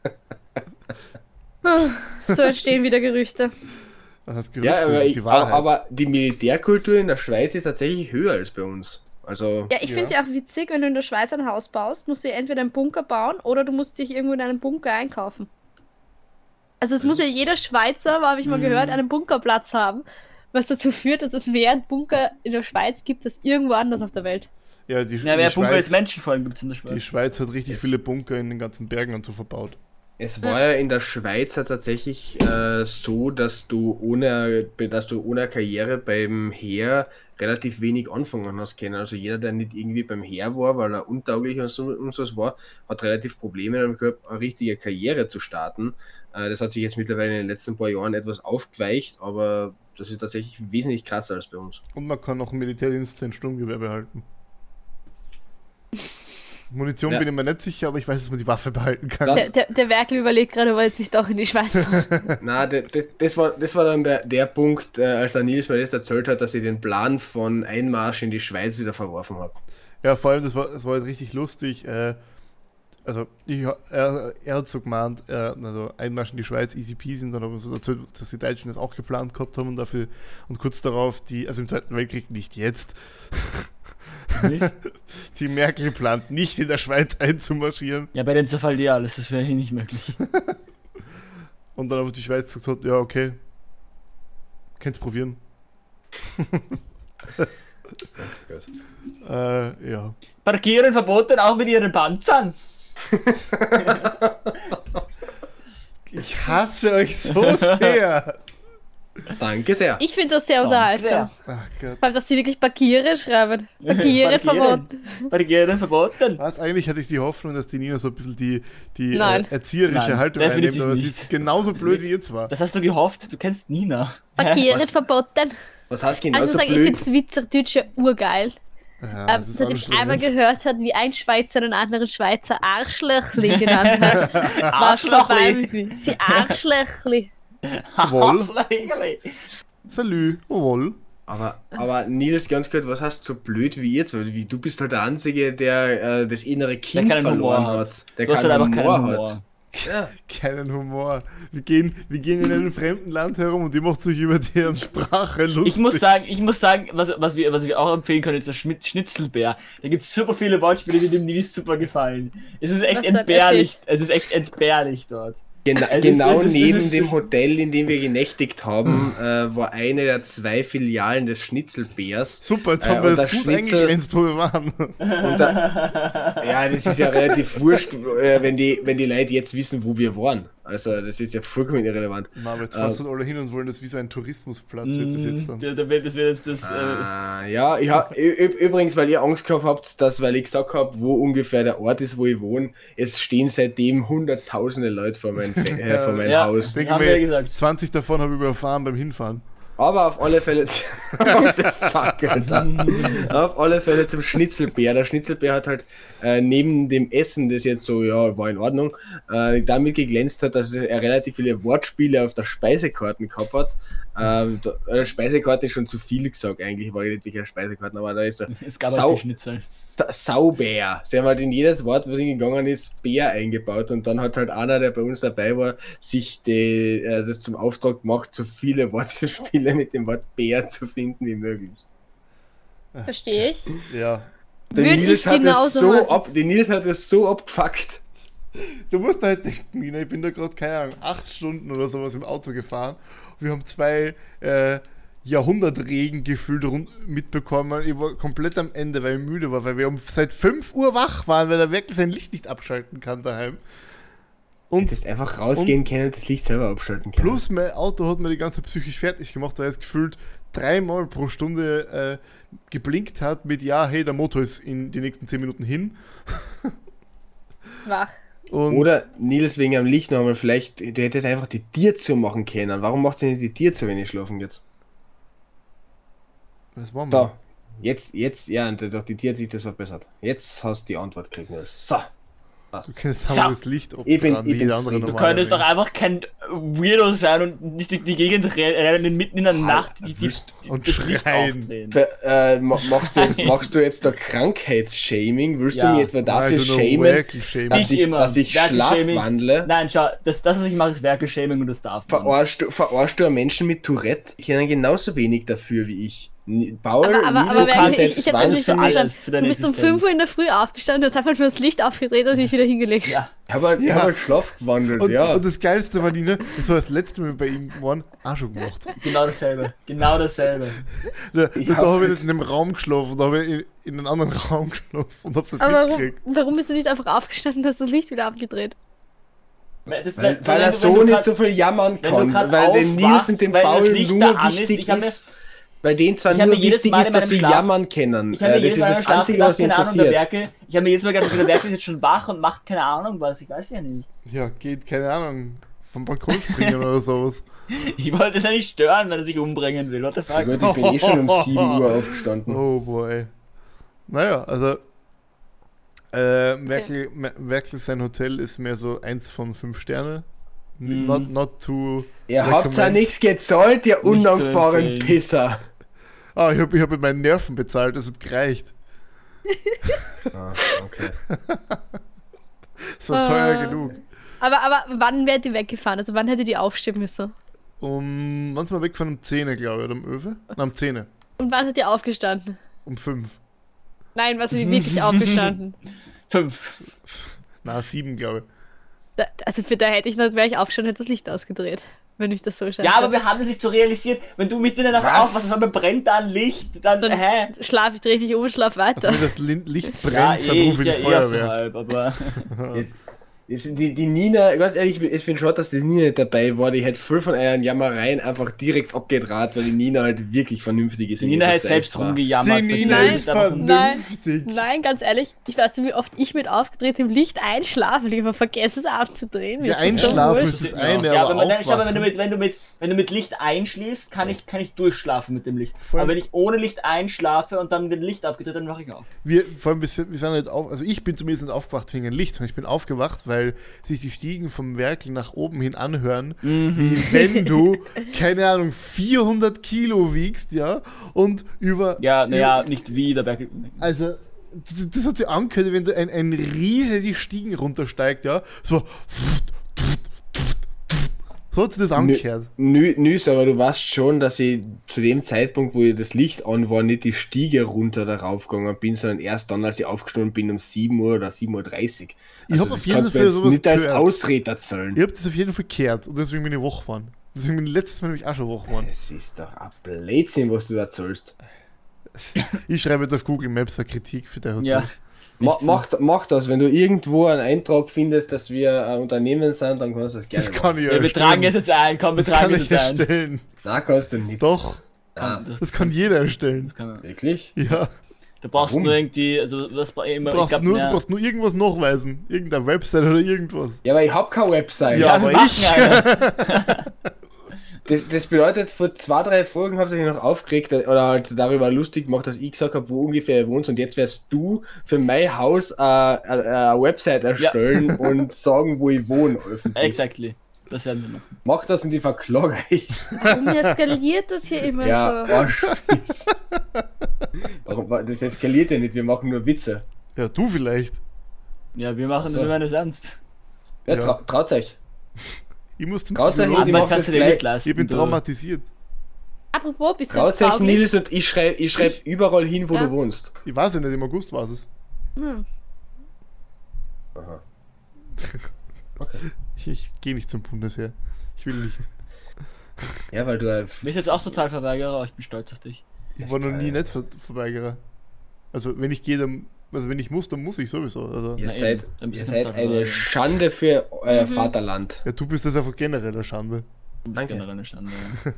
So entstehen wieder Gerüchte. Das heißt Gerücht, Ja, das aber, ist die Wahrheit. aber die Militärkultur in der Schweiz ist tatsächlich höher als bei uns. Also, Ja, ich finde es ja auch witzig, wenn du in der Schweiz ein Haus baust, musst du ja entweder einen Bunker bauen oder du musst dich irgendwo in einem Bunker einkaufen. Also es muss ja jeder Schweizer, habe ich mal gehört, einen Bunkerplatz haben, was dazu führt, dass es mehr Bunker in der Schweiz gibt als irgendwo anders auf der Welt. ja, die, Ja, die, mehr Bunker als Schweiz, Menschen vor allem gibt es in der die Schweiz. Schweiz hat richtig Es- viele Bunker in den ganzen Bergen und so verbaut. es war ja in der Schweiz ja tatsächlich so, dass du ohne Karriere beim Heer relativ wenig anfangen hast können. Also jeder, der nicht irgendwie beim Heer war, weil er untauglich und so was war, hat relativ Probleme damit gehabt, eine richtige Karriere zu starten. Das hat sich jetzt mittlerweile in den letzten paar Jahren etwas aufgeweicht, aber das ist tatsächlich wesentlich krasser als bei uns. Und man kann noch im Militärdienst ein Sturmgewehr behalten. Munition Ja. bin ich mir nicht sicher, aber ich weiß, dass man die Waffe behalten kann. Das- Der Werkel überlegt gerade, ob er jetzt nicht doch in die Schweiz soll. Na, das war dann der Punkt, als der Nils mir das erzählt hat, dass ich den Plan von Einmarsch in die Schweiz wieder verworfen habe. Ja, vor allem, das war halt richtig lustig. Also, er hat so gemeint, also Einmarsch in die Schweiz, easy peasy, und dann haben wir so erzählt, dass die Deutschen das auch geplant gehabt haben und kurz darauf also im Zweiten Weltkrieg, nicht jetzt, die Merkel plant nicht in der Schweiz einzumarschieren. Ja, bei den zerfällt ja alles, das wäre hier nicht möglich. Und dann auf die Schweiz gesagt hat, ja, okay, kannst probieren. Ja. Parkieren verboten, auch mit ihren Panzern. Ich hasse euch so sehr. Danke sehr. Ich finde das sehr unterhaltsam. Ach Gott. Vor allem, dass sie wirklich Parkiere schreiben. Parkiere verboten. Parkieren verboten. Was, eigentlich hatte ich die Hoffnung, dass die Nina so ein bisschen die Nein. erzieherische Nein, Haltung einnimmt, definitiv aber sie nicht. ist genauso blöd wie ihr zwar. Das hast du gehofft, du kennst Nina. Parkiere Was? verboten. Was heißt Also genauso sagen, ich blöd? finde Schweizerdeutsch ja urgeil. Ja, das ist Seitdem ich anstrengend. einmal gehört hat, wie ein Schweizer einen anderen Schweizer Arschlöchli genannt hat. war's Arschlochli. vorbei mit mir. Sie Arschlöchli. Jawohl. Arschlöchli. Salü, jawohl. Aber Nils, ganz kurz, was hast du so blöd wie jetzt? Weil du bist halt der Einzige, der das innere Kind keinen verloren Humor hat. Der Du hast halt einfach keinen Humor. hat. Ja. Keinen Humor. Wir gehen in einem fremden Land herum und die macht sich über deren Sprache lustig. Ich muss sagen, was wir auch empfehlen können, ist der Schnitzelbär. Da gibt es super viele Wortspiele, die dem Nils super gefallen. Es ist echt Was dann? entbehrlich. Es ist echt entbehrlich dort. Genau es ist- neben dem Hotel, in dem wir genächtigt haben, war eine der 2 Filialen des Schnitzelbärs. Super, jetzt haben wir und das das gut Schnitzel- eingegrenzt, wo wir waren. Und ja, das ist ja relativ wurscht, wenn die Leute jetzt wissen, wo wir waren. Also das ist ja vollkommen irrelevant. Na, aber jetzt fahren sie alle hin und wollen das wie so ein Tourismusplatz wird das jetzt dann. Das wird jetzt das. Ja, übrigens, weil ihr Angst gehabt habt, dass, weil ich gesagt habe, wo ungefähr der Ort ist, wo ich wohne, es stehen seitdem hunderttausende Leute vor mein Ja. Haus. Denke Haben mir, wir ja gesagt. 20 davon habe ich überfahren beim Hinfahren. Aber auf alle Fälle What the fuck, Alter. Auf alle Fälle zum Schnitzelbär. Der Schnitzelbär hat halt neben dem Essen, das jetzt so, ja, war in Ordnung, damit geglänzt hat, dass er relativ viele Wortspiele auf der Speisekarte gehabt hat. Der Speisekarte ist schon zu viel gesagt, eigentlich war ich nicht wirklich eine Speisekarte, aber da ist er. Es gab auch Schnitzel. Saubär. Sie haben halt in jedes Wort, was hingegangen ist, Bär eingebaut, und dann hat halt einer, der bei uns dabei war, sich das zum Auftrag gemacht, so viele Wortspiele mit dem Wort Bär zu finden wie möglich. Verstehe ich. Ja. Der Würde Nils ich hat genauso machen. der Nils hat es so abgefuckt. Du musst halt denken, Mina, ich bin da gerade, keine Ahnung, 8 Stunden oder sowas im Auto gefahren. Wir haben 2 Jahrhundertregen gefühlt mitbekommen. Ich war komplett am Ende, weil ich müde war, weil wir seit 5 Uhr wach waren, weil er wirklich sein Licht nicht abschalten kann daheim. Und Hättest einfach rausgehen können und das Licht selber abschalten können. plus mein Auto hat mir die ganze psychisch fertig gemacht, weil es gefühlt 3-mal pro Stunde geblinkt hat mit, ja, hey, der Motor ist in die nächsten 10 Minuten hin. Wach. Und Oder Nils wegen am Licht nochmal, vielleicht, du hättest einfach die Tier zu machen können. Warum macht ihr nicht die Tier zu, wenn ihr schlafen geht? was war So, jetzt, ja, und durch die Tier hat sich das verbessert. Jetzt hast du die Antwort gekriegt, Nils. So. Du kennst So. das Licht Ich bin jeder andere zufrieden. Du normale könntest doch Mensch. einfach kein Weirdo sein und nicht durch die Gegend rennen, mitten in der Nacht und das Licht schreien. aufdrehen. Machst du jetzt da Krankheitsshaming? Willst Ja. du mir etwa dafür I don't know, shamen, Werkel-Shaming. Nicht immer. dass ich Werkel-Shaming. schlafwandle? Nein, schau, das was ich mache, ist Werkel-Shaming und das darf man. Verarschst du einen Menschen mit Tourette? Die kennen genauso wenig dafür wie ich. Paul, Aber Nils, wer- kann ich seit hab das nicht 20 verstanden. alles für Du deine bist um Existenz. 5 Uhr in der Früh aufgestanden, hast einfach nur das Licht aufgedreht und dich wieder hingelegt. Ja. Ich hab halt Schlaf gewandelt, Und, ja. und das Geilste war, Nina, das war das letzte Mal bei ihm geworden, auch schon gemacht. Genau dasselbe. Genau dasselbe. Da, Ich da hab habe ich nicht- nicht in dem Raum geschlafen, da habe ich in einem anderen Raum geschlafen und hab's nicht Aber warum, mitgekriegt. warum bist du nicht einfach aufgestanden und hast das Licht wieder abgedreht? Weil er so nicht so viel jammern wenn du kann, grad weil den Nils aufwachst, und dem weil Paul das Licht nur da an ist. wichtig Ich hab mir- ist, weil denen zwar ich hab nur mir jedes wichtig Mal ist, in dass meinem sie Schlaf- jammern können. Ich habe mir Das jedes ist Mal das im Schlaf Einzige, gedacht, was ihn keine Ahnung, der interessiert. Werke. Ich habe mir jedes Mal gedacht, der Werke ist jetzt schon wach und macht keine Ahnung was. Ich weiß ja nicht. Ja, geht, keine Ahnung, vom Balkon springen oder sowas. Ich wollte ihn nicht stören, wenn er sich umbringen will. What the fuck? Gut, ich bin eh schon um 7 Uhr aufgestanden. Oh boy. Naja, also Merkel sein Hotel ist mehr so 1 von 5 Sterne. Not too. Ihr habt ja nichts gezahlt, ihr Nicht zu undankbaren empfehlen. Pisser. Ah, ich hab mit meinen Nerven bezahlt, das hat gereicht. Ah, okay. Das war teuer genug. Aber wann wärt ihr weggefahren? Also wann hättet ihr aufstehen müssen? Wann sind wir weggefahren? Um 10, glaube ich, oder um 11? Nein, um 10. Und wann seid ihr aufgestanden? Um 5. Nein, was seid ihr wirklich aufgestanden? 5. Na, 7, glaube ich. Also wäre ich aufgestanden, hätte das Licht ausgedreht. Wenn ich das so schaue. Ja, aber wir haben es nicht so realisiert. Wenn du mitten in der Nacht Was? aufwachst, aber brennt da ein Licht, dann hä? Drehe mich um und schlaf weiter. Also wenn das Licht brennt, Ja, dann rufe ich die ja, so Feuerwehr. halb, aber Die Nina, ganz ehrlich, ich finde schon, dass die Nina nicht dabei war. Die hätte viel von euren Jammereien einfach direkt abgedraht, weil die Nina halt wirklich vernünftig ist. die Nina hat selbst rumgejammert. Die Nina Nein. ist Nein, vernünftig. nein, ganz ehrlich, ich weiß nicht, wie oft ich mit aufgedrehtem Licht einschlafe, ich vergesse es abzudrehen. Mir Ja, ist das so einschlafen wurscht. ist das eine, Ja, aber aber schau mal, aufwachen. wenn du mit Licht einschläfst, kann ich durchschlafen mit dem Licht. Voll. Aber wenn ich ohne Licht einschlafe und dann mit dem Licht aufgedreht, dann wache ich auf. Vor allem, wir sind nicht auf, also ich bin zumindest nicht aufgewacht wegen ein Licht, sondern ich bin aufgewacht, weil sich die Stiegen vom Werkel nach oben hin anhören, wie wenn du, keine Ahnung, 400 Kilo wiegst, ja, und über... Ja, naja, nicht wie der Berg. Also, das hat sich angehört, wenn du ein Riese die Stiegen runtersteigt, ja, so hat sich das angehört. Nüs, aber du weißt schon, dass ich zu dem Zeitpunkt, wo ich das Licht an war, nicht die Stiege runter darauf gegangen bin, sondern erst dann, als ich aufgestanden bin um 7 Uhr oder 7.30 Uhr. Ich hab das auf jeden kannst du Fall jetzt sowas nicht als gehört. Ausrede erzählen. Ich hab das auf jeden Fall gehört und deswegen bin ich wach geworden. Deswegen bin ich letztes Mal nämlich auch schon wach geworden. Es ist doch ein Blödsinn, was du da erzählst. Ich schreibe jetzt auf Google Maps eine Kritik für dein Hotel. Ja. Mach das, wenn du irgendwo einen Eintrag findest, dass wir ein Unternehmen sind, dann kannst du das gerne Das kann ich ja Ja, wir tragen es jetzt ein, komm, wir Das kann tragen es ich jetzt ein. erstellen. Nein, kannst du nicht. Doch, Ah, das kann jeder erstellen. Das kann man. wirklich? Ja, Du brauchst Warum? nur irgendwie, also was bei immer, du brauchst nur irgendwas nachweisen. Irgendeine Website oder irgendwas. Ja, aber ich hab keine Website. Ja, wir aber machen ich- eine. Das bedeutet, vor 2-3 Folgen habe ich noch aufgeregt oder halt darüber lustig gemacht, dass ich gesagt habe, wo ungefähr ihr wohnt, und jetzt wirst du für mein Haus eine Website erstellen und sagen, wo ich wohne. Öffentlich. Exactly. Das werden wir machen. Mach das und ich verklage euch. Warum eskaliert das hier immer Ja, so? Arschfies. Warum, das eskaliert ja nicht, wir machen nur Witze. Ja, du vielleicht. Ja, wir machen So. wir meinen es ernst. Ja, Ja. traut euch. Ich muss zum Traut euch Psychologen. die Aber macht kannst du das dir nicht gleich. leisten. Ich bin du. traumatisiert. Apropos, bist du Traut jetzt euch, tauglich? Nils, und ich schreib überall hin, wo Ja. du wohnst. Ich weiß ja nicht, im August war es. Hm. Aha. Ich gehe nicht zum Bundesheer. Ich will nicht. Ja, weil du Du bist jetzt auch total Verweigerer, aber ich bin stolz auf dich. Ich war noch nie nicht Verweigerer. Also wenn ich gehe, dann, also wenn ich muss, dann muss ich sowieso. Also, ihr Na seid, eben, dann bist ihr du seid total eine verweigerer. Schande für euer Vaterland. ja, du bist das einfach generell eine Schande. Du bist Danke. generell eine Schande. Ja.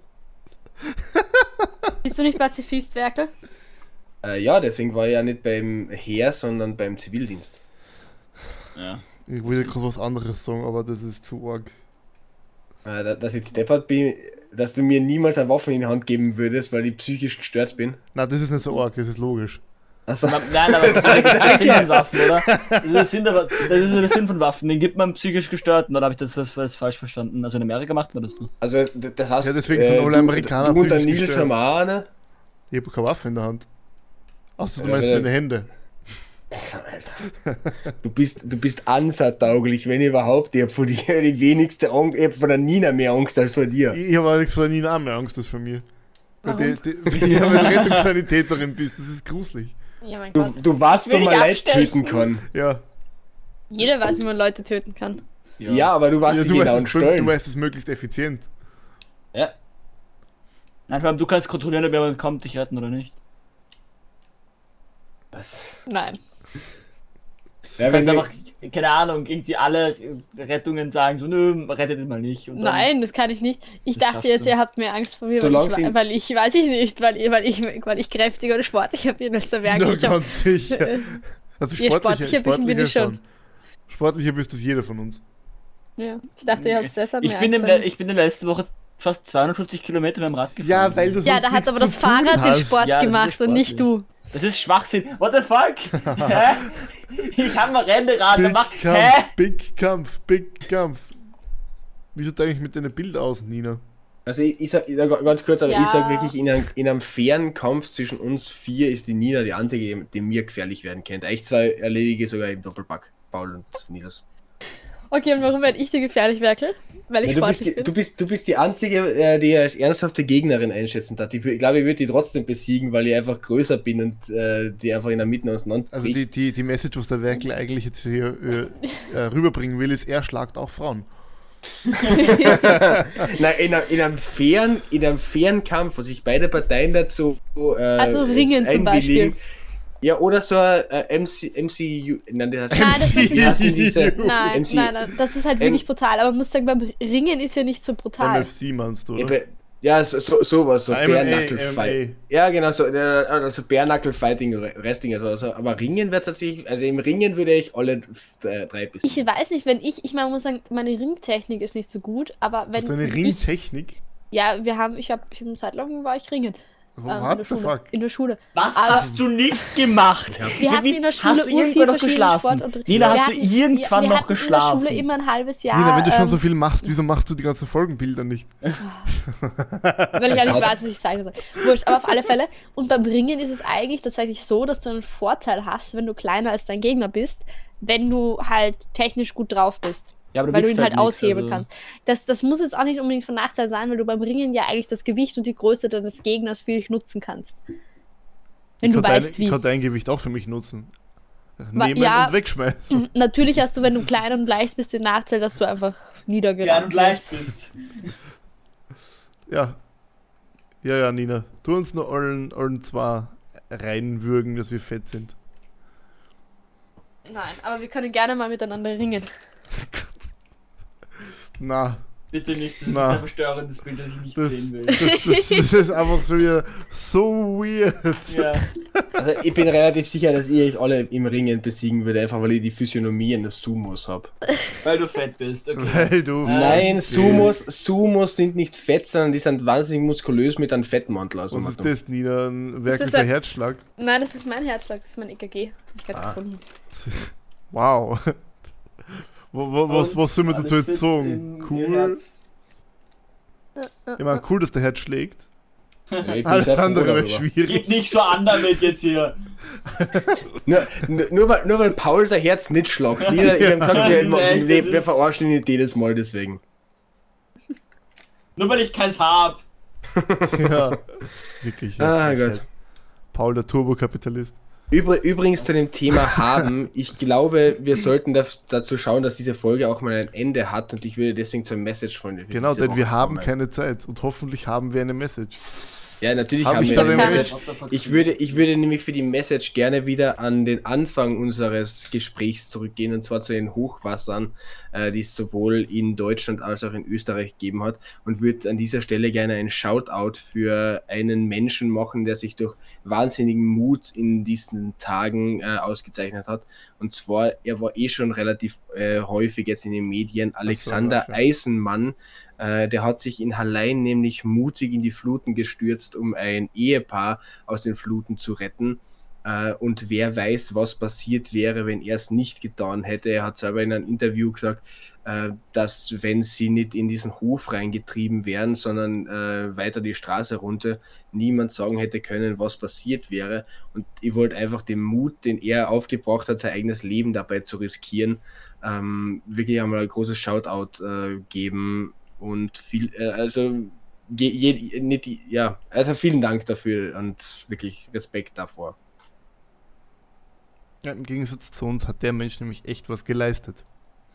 Bist du nicht Pazifist, Werkel? Ja, deswegen war ich ja nicht beim Heer, sondern beim Zivildienst. Ja. Ich wollte gerade was anderes sagen, aber das ist zu arg. Dass ich jetzt deppert bin, dass du mir niemals eine Waffe in die Hand geben würdest, weil ich psychisch gestört bin. Na, das ist nicht so arg, das ist logisch. Also, Nein, aber das ist der Sinn von Waffen, oder? Das ist nur der Sinn von Waffen. Den gibt man psychisch Gestörten, oder habe ich das falsch verstanden? Also in Amerika macht man das so. also das heißt, Ja, deswegen sind alle Amerikaner du und der psychisch Nils gestört. haben auch eine. Ich habe keine Waffe in der Hand. Außer du Ja, meinst wenn- meine Hände. Alter. Du bist ansatauglich, wenn überhaupt. Ich hab von dir die wenigste Angst, ich hab von der Nina mehr Angst als von dir. Ich habe nichts vor Nina mehr Angst als vor mir. Weil Warum? ja, weil du Rettungssanitäterin bist, das ist gruselig. Ja, mein Du, Gott. du weißt, Will wo man ich Leute abstechen? töten kann. Ja, Jeder weiß, wie man Leute töten kann. Ja, aber du weißt ja die du, genauen du Stellen. weißt es möglichst effizient. Ja. Nein, vor allem du kannst kontrollieren, ob jemand kommt, dich retten oder nicht. Was? Nein. Ja, Du wenn kannst du, einfach, keine Ahnung, irgendwie alle Rettungen sagen, so, nö, rettet ihn mal nicht. Und dann, Nein, das kann ich nicht. Ich Das dachte schaffst jetzt, du. ihr habt mehr Angst vor mir, Solange weil sie- weil ich weiß ich nicht, weil ich kräftiger oder sportlicher bin als der Werkel. Ja, Ich hab, ganz sicher. Also Ja, sportlicher bin ich schon. Sportlicher bist du jeder von uns. Ja. Ich dachte, ihr habt deshalb Ich mehr bin, als ich bin in der letzten Woche fast 250 Kilometer mit dem Rad gefahren. Ja, weil du Ja, sonst da hat nichts aber das zu tun Fahrrad den hast. Sport Ja, das ist gemacht und nicht sportlich. du. Das ist Schwachsinn. What the fuck? Hä? Ich habe ein Rennrad gemacht. Hä? Big Kampf. Wie sieht eigentlich mit deinem Bild aus, Nina? Also ich sag ganz kurz, aber Ja. ich sag wirklich, in einem fairen Kampf zwischen uns 4 ist die Nina die einzige, die mir gefährlich werden könnte. Euch 2 erledige ich sogar im Doppelpack, Paul und Nils. Okay, und warum werde ich dir gefährlich, Werkel? Weil ich Ja, sportlich bin. du bist die einzige, die als ernsthafte Gegnerin einschätzen darf. Ich glaube, ich würde die trotzdem besiegen, weil ich einfach größer bin und die einfach in der Mitte auseinander. Also die Message, was der Werkel eigentlich jetzt hier rüberbringen will, ist, er schlagt auch Frauen. Nein, in einem fairen Kampf, wo sich beide Parteien dazu Also Ringen zum Beispiel. Ja, oder so ein MCU. Nein, das heißt Nein, das ist das sind diese Nein, MC nein, das ist halt wirklich brutal. Aber man muss sagen, beim Ringen ist ja nicht so brutal. MFC meinst du, oder? Ja, sowas, so MMA, Bare-Knuckle-Fight. Ja, genau, so Bare-Knuckle-Fighting, Wrestling, also, aber Ringen wird tatsächlich, also im Ringen würde ich alle 3 Ich besiegen. weiß nicht, wenn ich meine, muss sagen, meine Ringtechnik ist nicht so gut, aber wenn Hast du eine ich, Ringtechnik? ja, ich habe eine Zeit lang war ich ringen. in What der the Schule. fuck? In der Schule. Was Aber hast du nicht gemacht? wir hatten in der Schule Hast du irgendwann noch geschlafen? Nina, hast du irgendwann noch Wir hatten in der Schule geschlafen? immer ein halbes Jahr, Nina, wenn du schon so viel machst, wieso machst du die ganzen Folgenbilder nicht? weil ich ja nicht weiß, was ich sagen soll. Wurscht, aber auf alle Fälle. Und beim Ringen ist es eigentlich tatsächlich so, dass du einen Vorteil hast, wenn du kleiner als dein Gegner bist, wenn du halt technisch gut drauf bist. Ja, aber Weil du wiegst ihn halt nix, aushebeln also- kannst. Das muss jetzt auch nicht unbedingt von Nachteil sein, weil du beim Ringen ja eigentlich das Gewicht und die Größe deines Gegners für dich nutzen kannst. Wenn du weißt, wie. Ich kann dein Gewicht auch für mich nutzen. Ma- Nehmen ja. und wegschmeißen. Natürlich hast du, wenn du klein und leicht bist, den Nachteil, dass du einfach Klein niedergerannt und leicht bist. Ja. Ja, Nina. Tu uns nur allen zwei reinwürgen, dass wir fett sind. Nein, aber wir können gerne mal miteinander ringen. Na, Bitte nicht, das ist Na. ein verstörendes Bild, das ich nicht das, sehen will. das ist einfach so wieder so weird. Ja. Also ich bin relativ sicher, dass ich euch alle im Ringen besiegen würde, einfach weil ich die Physiognomie eines Sumos habe. Weil du fett bist, okay. Weil du. Nein, Okay. Sumos sind nicht fett, sondern die sind wahnsinnig muskulös mit einem Fettmantel. Also Was ist das, Nina? Ein wirklicher ist ein- Herzschlag? Nein, das ist mein Herzschlag, das ist mein EKG. Hab ich gerade gefunden. Wow. Was soll man dazu Alles jetzt fit sagen? in ihr Cool. Herz. Ich meine, cool, dass der Herz schlägt. Ja, ich bin Alles sehr froh andere wäre darüber. schwierig. Geht nicht so an damit jetzt hier. Nur weil Paul sein Herz nicht schlagt. Ich hab gesagt, Das ist echt, das wir ist- verarschen ihn nicht jedes Mal deswegen. Nur weil ich keins hab. Ja. Wirklich. ja, Ah Frechheit. Gott. Paul, der Turbokapitalist. Übrigens zu dem Thema haben, ich glaube, wir sollten dazu schauen, dass diese Folge auch mal ein Ende hat und ich würde deswegen zur Message von dir. Genau, denn wir haben keine Zeit und hoffentlich haben wir eine Message. Ja, natürlich Hab haben ich wir da eine eine Message. Message? Ich würde nämlich für die Message gerne wieder an den Anfang unseres Gesprächs zurückgehen, und zwar zu den Hochwassern, die es sowohl in Deutschland als auch in Österreich gegeben hat, und würde an dieser Stelle gerne ein Shoutout für einen Menschen machen, der sich durch wahnsinnigen Mut in diesen Tagen ausgezeichnet hat. Und zwar, er war schon relativ häufig jetzt in den Medien, Alexander schön. Eisenmann. Der hat sich in Hallein nämlich mutig in die Fluten gestürzt, um ein Ehepaar aus den Fluten zu retten. Und wer weiß, was passiert wäre, wenn er es nicht getan hätte. Er hat selber in einem Interview gesagt, dass wenn sie nicht in diesen Hof reingetrieben wären, sondern weiter die Straße runter, niemand sagen hätte können, was passiert wäre. Und ich wollte einfach den Mut, den er aufgebracht hat, sein eigenes Leben dabei zu riskieren, wirklich einmal ein großes Shoutout geben. Und viel, also vielen Dank dafür und wirklich Respekt davor. Ja, im Gegensatz zu uns hat der Mensch nämlich echt was geleistet.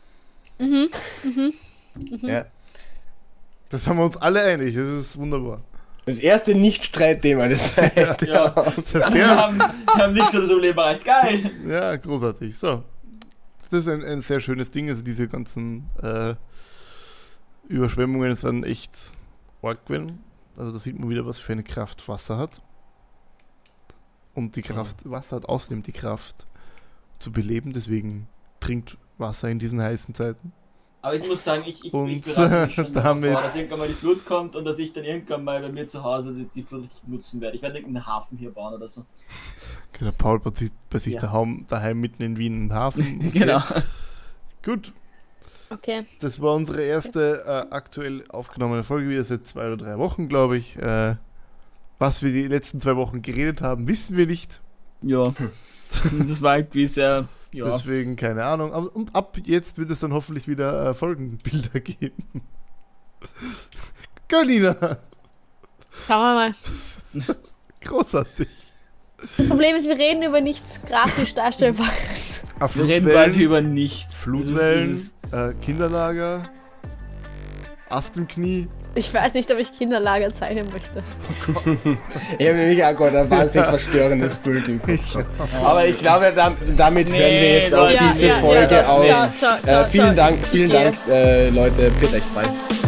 Ja. Das haben wir uns alle einig, das ist wunderbar. Das erste Nicht-Streitthema des Zweiten. Ja. Das heißt, Wir haben nichts in unserem Leben erreicht. Geil. ja, großartig. So. Das ist ein sehr schönes Ding, also diese ganzen Überschwemmungen sind echt arg gewesen. Also da sieht man wieder, was für eine Kraft Wasser hat. Und die Kraft, Wasser hat außerdem die Kraft zu beleben, deswegen trinkt Wasser in diesen heißen Zeiten. Aber ich muss sagen, ich Und bereite mich schon damit- davor, dass irgendwann mal die Flut kommt und dass ich dann irgendwann mal bei mir zu Hause die Flut richtig nutzen werde. Ich werde irgendeinen Hafen hier bauen oder so. Genau, Paul bei sich Ja. daheim mitten in Wien einen Hafen. Okay. Genau. Gut, Okay. das war unsere erste aktuell aufgenommene Folge, wieder seit 2 oder 3 Wochen, glaube ich. Was wir die letzten 2 Wochen geredet haben, wissen wir nicht. Ja. Das war irgendwie sehr. Ja. Deswegen keine Ahnung. Und ab jetzt wird es dann hoffentlich wieder Folgenbilder geben. Carolina, Schauen wir mal. großartig. Das Problem ist, wir reden über nichts grafisch Darstellbares. Wir reden quasi über nichts. Flutwellen, Das ist- Kinderlager, Ast im Knie. Ich weiß nicht, ob ich Kinderlager zeichnen möchte. Ich habe nämlich auch gerade ein wahnsinnig verstörendes Bild im Kopf. Aber ich glaube, damit hören wir jetzt auch Leute, diese ja, Folge ja, auf. Ciao, ciao, ciao, Vielen ciao. Dank, Ich gehe. Leute. Pfiat euch, bye.